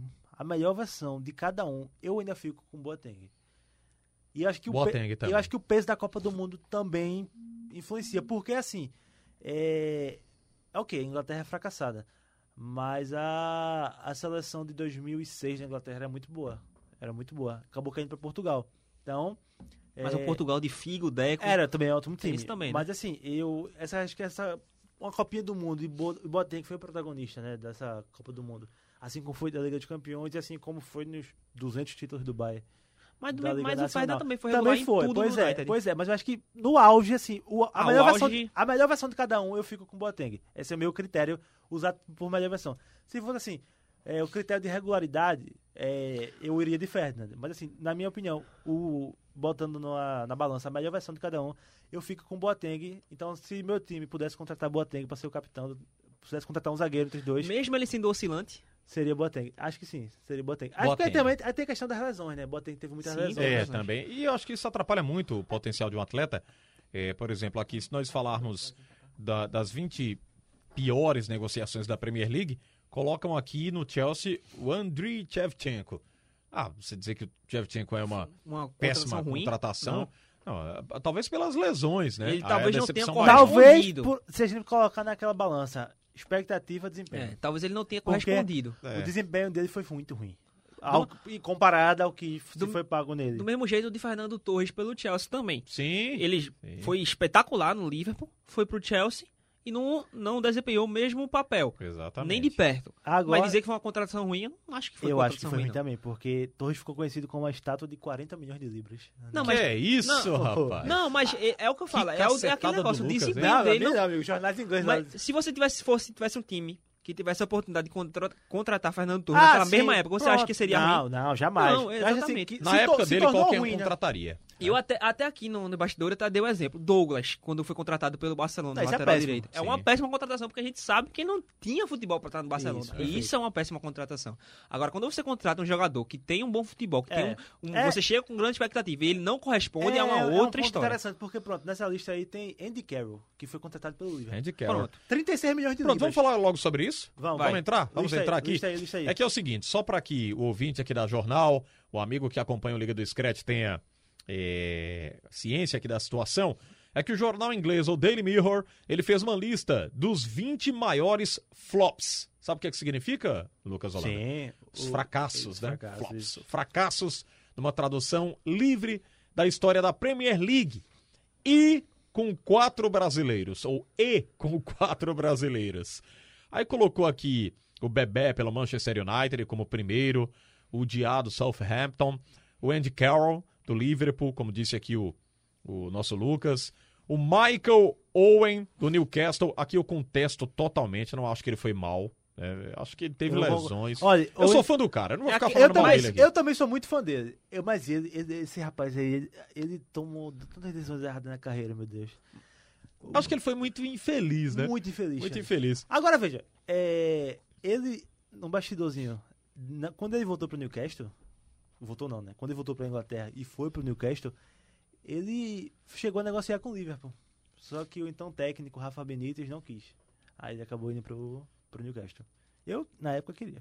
eu ainda fico com o Boateng. E eu acho que Boateng também. eu acho que o peso da Copa do Mundo também influencia, porque assim, ok, a Inglaterra é fracassada. Mas a seleção de 2006 da Inglaterra era muito boa. Acabou caindo para Portugal. Então... Mas o Portugal de Figo, Deco... Era também ótimo time. Isso também, né? Mas assim, acho que uma Copinha do Mundo, e o Boateng foi o protagonista, né, dessa Copa do Mundo. Assim como foi da Liga dos Campeões e assim como foi nos 200 títulos do Bayern. Mas da Liga o Ferdinand Nacional. também foi regular em tudo pois no United. Pois é, mas eu acho que no auge, assim, a melhor versão de cada um eu fico com o Boateng. Esse é o meu critério, usado por melhor versão. Se fosse assim, o critério de regularidade, eu iria de Ferdinand. Mas assim, na minha opinião, botando na balança a melhor versão de cada um, eu fico com o Boateng. Então, se meu time pudesse contratar Boateng para ser o capitão, pudesse contratar um zagueiro entre os dois... Mesmo ele sendo oscilante... Seria Boateng. Acho que sim, seria Boateng. Acho que também tem a questão das lesões, né? Boateng teve muitas lesões. Também. E eu acho que isso atrapalha muito o potencial de um atleta. Por exemplo, aqui, se nós falarmos das 20 piores negociações da Premier League, colocam aqui no Chelsea o Andriy Shevchenko. Você dizer que o Shevchenko é uma péssima contratação? Não, talvez pelas lesões, né? Ele talvez não tenha Talvez, se a gente colocar naquela balança expectativa, desempenho. Talvez ele não tenha correspondido. O desempenho dele foi muito ruim. Comparado ao que foi pago nele. Do mesmo jeito de Fernando Torres pelo Chelsea também. Sim. Ele foi espetacular no Liverpool, foi pro Chelsea e não desempenhou o mesmo papel. Exatamente. Nem de perto. Agora, mas dizer que foi uma contratação ruim, eu não acho que foi eu acho que foi ruim não. também, porque Torres ficou conhecido como uma estátua de 40 milhões de libras. Não, mas é isso, rapaz? Não, mas é o que eu falo. É aquele negócio, o desempenho Não, dele. amigo, jornais ingleses. Mas se você tivesse um time que tivesse a oportunidade de contratar Fernando Torres naquela sim, mesma época, você pronto. acha que seria ruim? Não, jamais. Não, Eu acho assim, exatamente. que Na se época se dele, tornou qualquer um ruim, né? contrataria. E eu até aqui no bastidor até dei o exemplo. Douglas, quando foi contratado pelo Barcelona, Não, isso é lateral péssimo. direito. É Sim. uma péssima contratação, porque a gente sabe que ele não tinha futebol para estar no Barcelona. Isso, E perfeito. isso é uma péssima contratação. Agora, quando você contrata um jogador que tem um bom futebol, que tem É. você chega com grande expectativa e ele não corresponde, é uma um outra ponto história. interessante, porque pronto, nessa lista aí tem Andy Carroll, que foi contratado pelo Liverpool. Andy Carroll. Pronto. 36 milhões de Pronto, libras. vamos falar logo sobre isso? Vamos entrar? Vamos Lista aí, entrar aqui? lista aí. É que é o seguinte, só para que o ouvinte aqui da Jornal, o amigo que acompanha o Liga do Scratch tenha ciência aqui da situação, é que o jornal inglês, o Daily Mirror, ele fez uma lista dos 20 maiores flops. Sabe o que significa, Lucas Holanda? Sim. Os fracassos, né? fracassos, Flops. isso. Fracassos, numa tradução livre da história da Premier League. E com 4 brasileiros, com 4 brasileiros. Aí colocou aqui o Bebé pelo Manchester United como primeiro, o Diá do Southampton, o Andy Carroll do Liverpool, como disse aqui o nosso Lucas, o Michael Owen do Newcastle. Aqui eu contesto totalmente, não acho que ele foi mal. Acho que ele teve lesões. Olha, eu sou fã do cara, eu não vou ficar eu falando mal também, dele aqui. eu também sou muito fã dele. Mas esse rapaz aí, ele tomou tantas decisões erradas na carreira, meu Deus. Acho que ele foi muito infeliz, né? Muito infeliz. Muito cara. infeliz. Agora veja, ele, num bastidorzinho, quando ele voltou pro Newcastle, voltou não, né? Quando ele voltou pra Inglaterra e foi pro Newcastle, ele chegou a negociar com o Liverpool. Só que o então técnico, Rafa Benítez, não quis. Aí ele acabou indo pro Newcastle. Eu, na época, queria.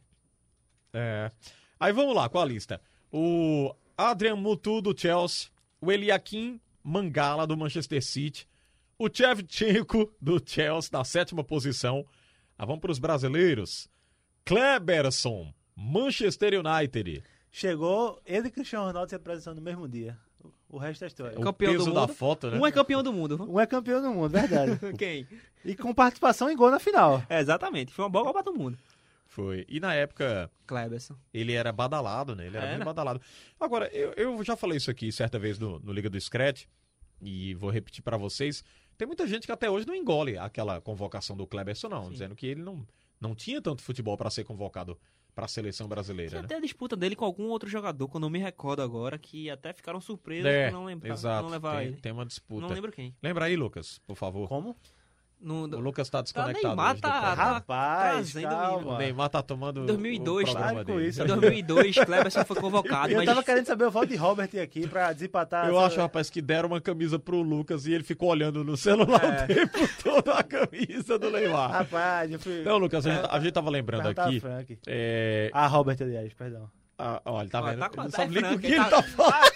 Aí vamos lá com a lista. O Adrian Mutu do Chelsea, o Eliakim Mangala do Manchester City, o Shevchenko do Chelsea na 7ª posição. Vamos para os brasileiros. Kleberson, Manchester United. Chegou ele e Cristiano Ronaldo se apresentando no mesmo dia. O resto é história. O Campeão do peso mundo. da foto, né? Um é campeão do mundo. Um é campeão do mundo, verdade. Quem? E com participação em gol na final. Exatamente. Foi uma boa Copa do Mundo. Foi. E na época Kleberson. ele era badalado, né? Ele era muito badalado. Agora, eu já falei isso aqui certa vez no Liga do Scratch e vou repetir para vocês. Tem muita gente que até hoje não engole aquela convocação do Kleberson, não. Sim. Dizendo que ele não tinha tanto futebol para ser convocado para a seleção brasileira, Tinha né? até a disputa dele com algum outro jogador, que eu não me recordo agora, que até ficaram surpresos por não lembrar. Exato. Não levar ele. Tem uma disputa. Não lembro quem. Lembra aí, Lucas, por favor. Como? No, O Lucas tá desconectado. Neymar hoje do tá- programa. Rapaz, trazendo calma. O Neymar tá tomando 2002, o programa para com dele. isso. Em 2002, Kleberson foi convocado, Eu mas tava querendo saber o voto de Robert aqui pra desempatar. Eu acho, rapaz, que deram uma camisa pro Lucas e ele ficou olhando no celular o tempo todo a camisa do Neymar. Rapaz, eu fui... Não, Lucas, a gente tava lembrando Perguntar aqui. a Frank. Olha, Robert, aliás, perdão. tá vendo? Tá com Ele não tá sabe nem com franco, quem ele tá falando.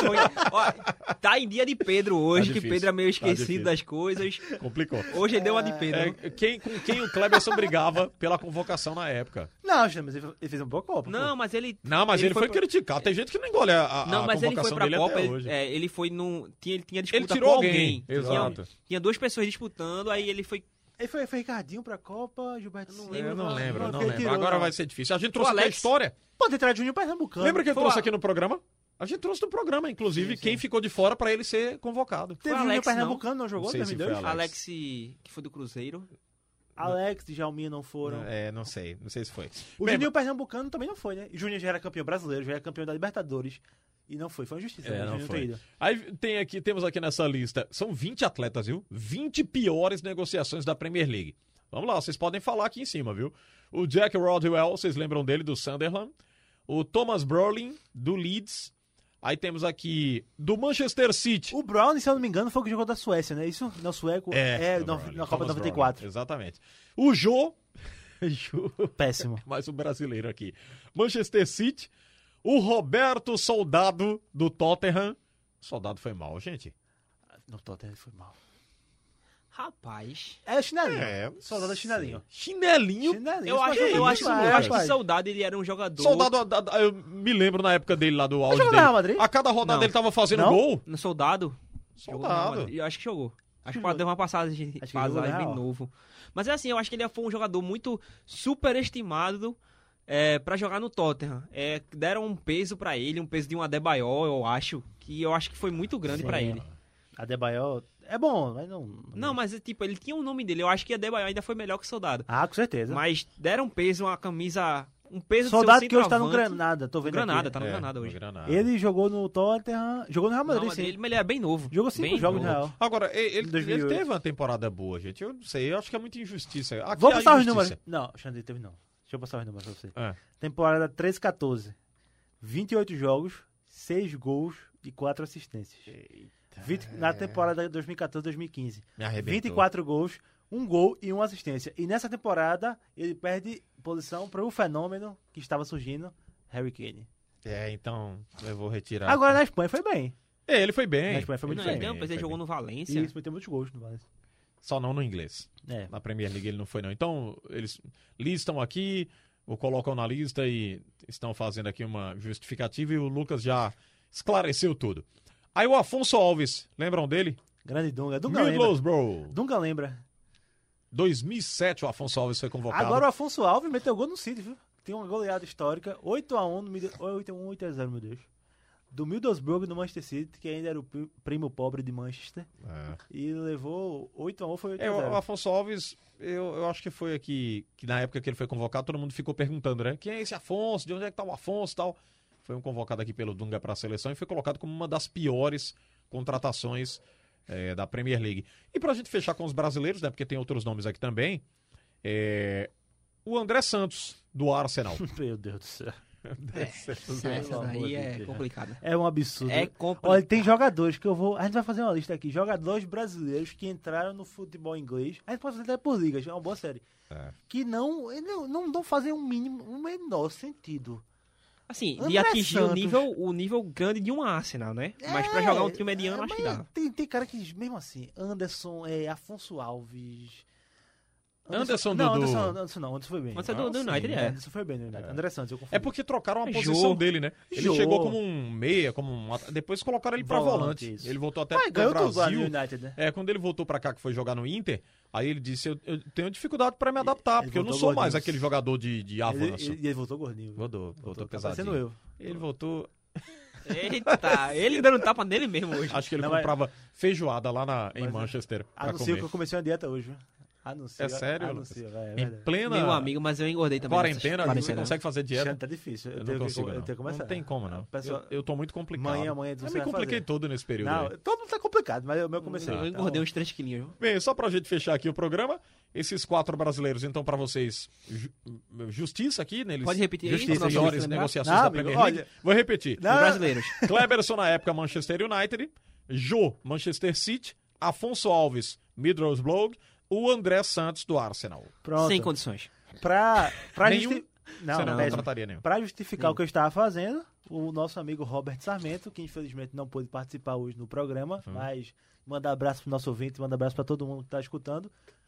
Tá em dia de Pedro hoje, Tá que difícil, Pedro é meio tá esquecido difícil. das coisas. Complicou. Hoje ele deu uma de Pedro. Com quem o Kleberson brigava pela convocação na época. Não, mas ele fez uma boa Copa. Não, mas ele... Não, mas ele foi criticado. Tem gente que não engole a Não, mas ele foi convocação pra dele Copa, até hoje. ele foi num... Ele tinha disputa Ele tirou com alguém. Exato. Tinha 2 pessoas disputando, aí ele foi... Ele foi Ricardinho pra Copa, Gilberto Silva. Eu não lembro. Quem tirou, Agora não. vai ser difícil. A gente trouxe aqui a Alex. história. Pô, tem trazido Júnior Pernambucano. Lembra quem Foi trouxe a- aqui no programa? A gente trouxe no programa, inclusive, Sim. quem ficou de fora pra ele ser convocado. Teve Foi Júnior Alex, Pernambucano, não jogou Não sei em se 2002? foi Alex, que foi do Cruzeiro. Alex e Jalminha não foram. Não sei se foi. O Bem, Juninho Pernambucano também não foi, né? E o Juninho já era campeão brasileiro, já era campeão da Libertadores. E não foi. Foi uma injustiça. né? O não Juninho ter foi. ido. Aí temos aqui nessa lista, são 20 atletas, viu? 20 piores negociações da Premier League. Vamos lá, vocês podem falar aqui em cima, viu? O Jack Rodwell, vocês lembram dele, do Sunderland. O Thomas Brolin, do Leeds. Aí temos aqui, do Manchester City. O Brown, se eu não me engano, foi o que jogou da Suécia, né? Isso? Não, sueco. Na Copa Thomas 94. Brolin, exatamente. O Jô, Péssimo. mais um brasileiro aqui. Manchester City. O Roberto Soldado, do Tottenham. Soldado foi mal, gente. No Tottenham foi mal. Rapaz... É chinelinho. Soldado é chinelinho. Chinelinho. Eu acho que Soldado, ele era um jogador... Soldado, eu me lembro na época dele lá do auge jogou no dele. Real Madrid? A cada rodada Não. ele tava fazendo Não? gol. No Soldado? Jogou no Real Soldado. Madrid. Eu acho que jogou. Acho que jogou. deu uma passagem Acho que jogou no bem Real. novo. Mas é assim, eu acho que ele foi um jogador muito superestimado pra jogar no Tottenham. Deram um peso pra ele, um peso de um Adebayor, eu acho que foi muito grande Sim. pra ele. Adebayor é bom, mas não... Não, mas tipo, ele tinha o nome dele. Eu acho que Adebayor ainda foi melhor que Soldado. Ah, com certeza. Mas deram peso, uma camisa... Um peso Soldado do seu que hoje tá no centroavante. Granada, tô vendo Granada, aqui. tá no Granada hoje. Ele jogou no Tottenham, jogou no Real Não, Madrid, mas sim. ele é bem novo. Jogou 5 Bem jogos no novo. Real. Agora, ele 2008. teve uma temporada boa, gente. Eu não sei, eu acho que é muita injustiça. Aqui Vou há passar os injustiça. números. Não, Xandri teve não. Deixa eu passar os números pra você. É. Temporada 13-14. 28 jogos, 6 gols e 4 assistências. Na temporada 2014-2015. Me arrebentou. 24 gols, 1 gol e 1 assistência. E nessa temporada, ele perde posição para o fenômeno que estava surgindo, Harry Kane. Então eu vou retirar. Agora na Espanha foi bem. Ele foi bem. Na Espanha foi muito Não, bem. ele depois ele jogou no Valência. Isso, meteu muitos gols no Valencia. Só não no inglês. É. Na Premier League ele não foi, não. Então, eles listam aqui, o colocam na lista e estão fazendo aqui uma justificativa e o Lucas já esclareceu tudo. Aí o Afonso Alves, lembram dele? Grande Dunga. Dunga lembra. Middlesbrough. Dunga lembra. 2007 o Afonso Alves foi convocado. Agora o Afonso Alves meteu gol no City, viu? Tem uma goleada histórica, 8-1, 8-0, meu Deus. Do Middlesbrough no Manchester City, que ainda era o primo pobre de Manchester. É. E levou 8-1, foi 8-0. O Afonso Alves, eu acho que foi aqui, que na época que ele foi convocado, todo mundo ficou perguntando, né? Quem é esse Afonso? De onde é que tá o Afonso e tal? Foi um convocado aqui pelo Dunga para a seleção e foi colocado como uma das piores contratações da Premier League. E pra gente fechar com os brasileiros, né? Porque tem outros nomes aqui também. O André Santos, do Arsenal. Meu Deus do céu. Essa daí é complicada. É um absurdo. É complicado. Olha, tem jogadores que eu vou... A gente vai fazer uma lista aqui. Jogadores brasileiros que entraram no futebol inglês. A gente pode fazer até por ligas, é uma boa série. Que não fazem um menor sentido. Assim, de André atingir Santos. o nível grande de um Arsenal, né? Mas pra jogar um time mediano, acho que dá. Tem cara que, mesmo assim, Anderson, Afonso Alves... Anderson não, do... Anderson não, Anderson foi bem. Anderson do United, Anderson foi bem no United. André Santos, eu confundi. É porque trocaram a Jô. posição dele, né? Ele Jô. chegou como um meia, como um... Depois colocaram ele pra volante. Isso. Ele voltou até Mas pro ganhou tudo lá Brasil. no United, né? Quando ele voltou pra cá, que foi jogar no Inter, aí ele disse, eu tenho dificuldade pra me adaptar, Ele porque eu não voltou sou mais gordinho. aquele jogador de avanço. Ele voltou gordinho. Voltou Tá pesadinho. parecendo eu. Ele voltou... Eita, ele dando tapa nele mesmo hoje. Acho que ele Não, mas- comprava feijoada lá em Mas- Manchester pra Anuncio comer. que eu comecei uma dieta hoje, viu? Anuncio. É sério, Anuncio, é Em verdade. plena Meu amigo, mas eu engordei também. quarentena, nessas você quarentenas. consegue fazer dieta? Xande, tá difícil. Eu não consigo, eu não. tenho que começar. Não tem como, não. O pessoal- Eu tô muito complicado. Amanhã Eu você me vai compliquei fazer. todo nesse período Não, aí. todo mundo tá complicado, mas o meu comecei. Eu engordei uns 3 quilinhos. Bem, só pra gente fechar aqui o programa, esses 4 brasileiros, então, pra vocês, justiça aqui, né? Eles Pode repetir aí, justiça, pra nós melhores lembrar? negociações Não, da amigo, Premier League. olha- Vou repetir. Não, Os brasileiros. Kleberson, na época, Manchester United. Jô, Manchester City. Afonso Alves, Middlesbrough. O André Santos, do Arsenal. Pronto. Sem condições. Pra Nenhum? Não, Você não péssimo. trataria nenhum. Pra justificar o que eu estava fazendo, o nosso amigo Robert Sarmento, que infelizmente não pôde participar hoje no programa, mas manda abraço pro nosso ouvinte, manda abraço pra todo mundo que tá escutando,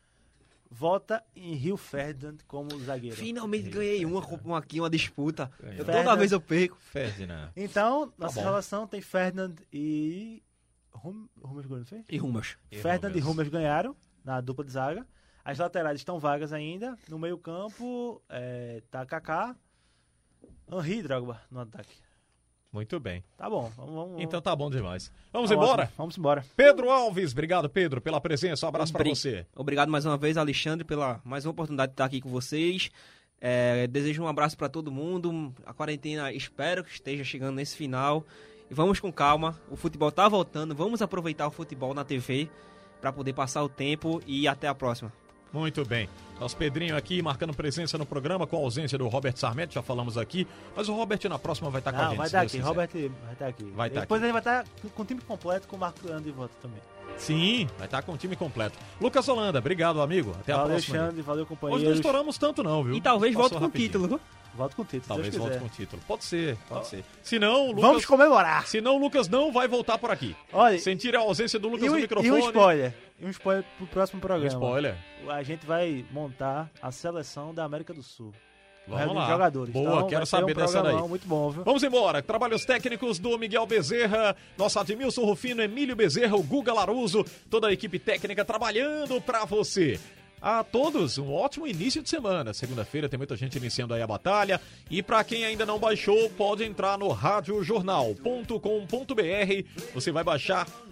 vota em Rio Ferdinand como zagueiro. Finalmente ganhei uma disputa. Ganhou. Toda vez eu perco. Ferdinand. Então, nossa bom. relação tem Ferdinand e... Rummels ganhou, não foi? E rumos. Ferdinand e Rummels ganharam na dupla de zaga. As laterais estão vagas ainda. No meio campo, tá Kaká, Henry e Drogba no ataque. Muito bem. Tá bom, vamos. Então tá bom demais. Vamos Tá embora? ótimo, vamos embora. Pedro Alves, obrigado, Pedro, pela presença. Um abraço pra você. Obrigado mais uma vez, Alexandre, pela mais uma oportunidade de estar aqui com vocês. Desejo um abraço para todo mundo. A quarentena espero que esteja chegando nesse final. E vamos com calma. O futebol tá voltando. Vamos aproveitar o futebol na TV para poder passar o tempo e até a próxima. Muito bem. Nosso Pedrinho aqui marcando presença no programa com a ausência do Robert Sarmento, já falamos aqui. Mas o Robert na próxima vai estar com a Não, gente. vai se estar Deus aqui. quiser. Robert vai estar aqui. Vai estar Depois ele vai estar com o time completo com o Marco Leandro de volta também. Sim, vai estar com o time completo. Lucas Holanda, obrigado, amigo. Até a Valeu, próxima. Alexandre. Valeu, Hoje não companheiros. estouramos tanto não, viu? E talvez Passou volte com o rapidinho. título. Volto com o título, Talvez se Deus volte quiser. com o título. Pode ser, pode ser. Se não, o Lucas... Vamos comemorar. Senão o Lucas não vai voltar por aqui. Olha, Sentir a ausência do Lucas e no um microfone. spoiler. E um spoiler pro próximo programa. Spoiler. A gente vai montar a seleção da América do Sul. Vamos lá. Jogadores. Boa, Então, quero vai ser saber dessa programão daí. Muito bom, viu? Vamos embora. Trabalhos técnicos do Miguel Bezerra, nosso Admilson Rufino, Emílio Bezerra, o Guga Laruso, toda a equipe técnica trabalhando pra você. A todos, um ótimo início de semana. Segunda-feira tem muita gente iniciando aí a batalha. E pra quem ainda não baixou, pode entrar no radiojornal.com.br. Você vai baixar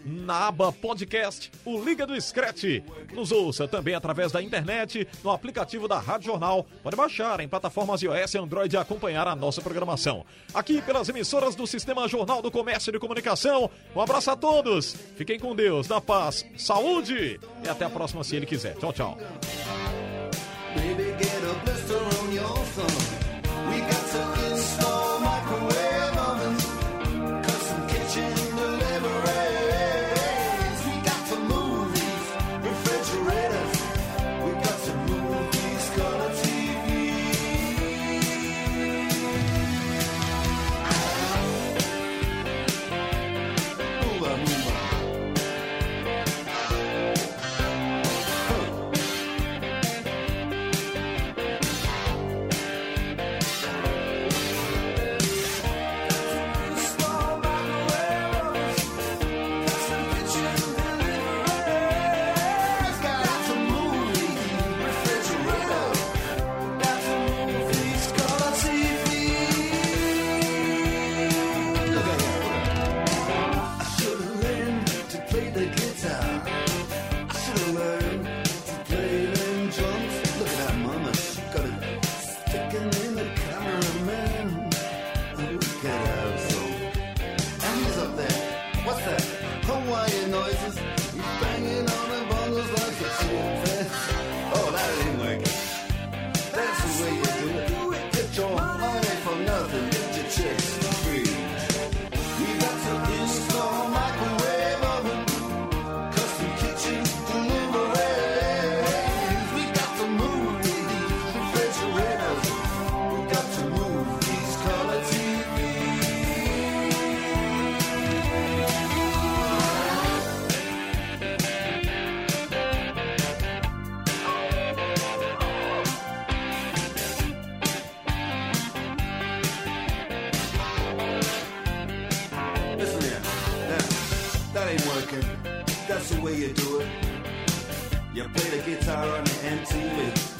na aba podcast, o Liga do Scratch. Nos ouça também através da internet, no aplicativo da Rádio Jornal. Pode baixar em plataformas iOS e Android e acompanhar a nossa programação. Aqui pelas emissoras do Sistema Jornal do Comércio e de Comunicação. Um abraço a todos. Fiquem com Deus, na paz, saúde e até a próxima, se Ele quiser. Tchau, tchau. Baby, get a blister on your thumb. We got to install microwave ovens, custom kitchen deliveries. We got to move these refrigerators. We got to move these color TVs. Move on, move on. That's the way you do it. You play the guitar on the MTV.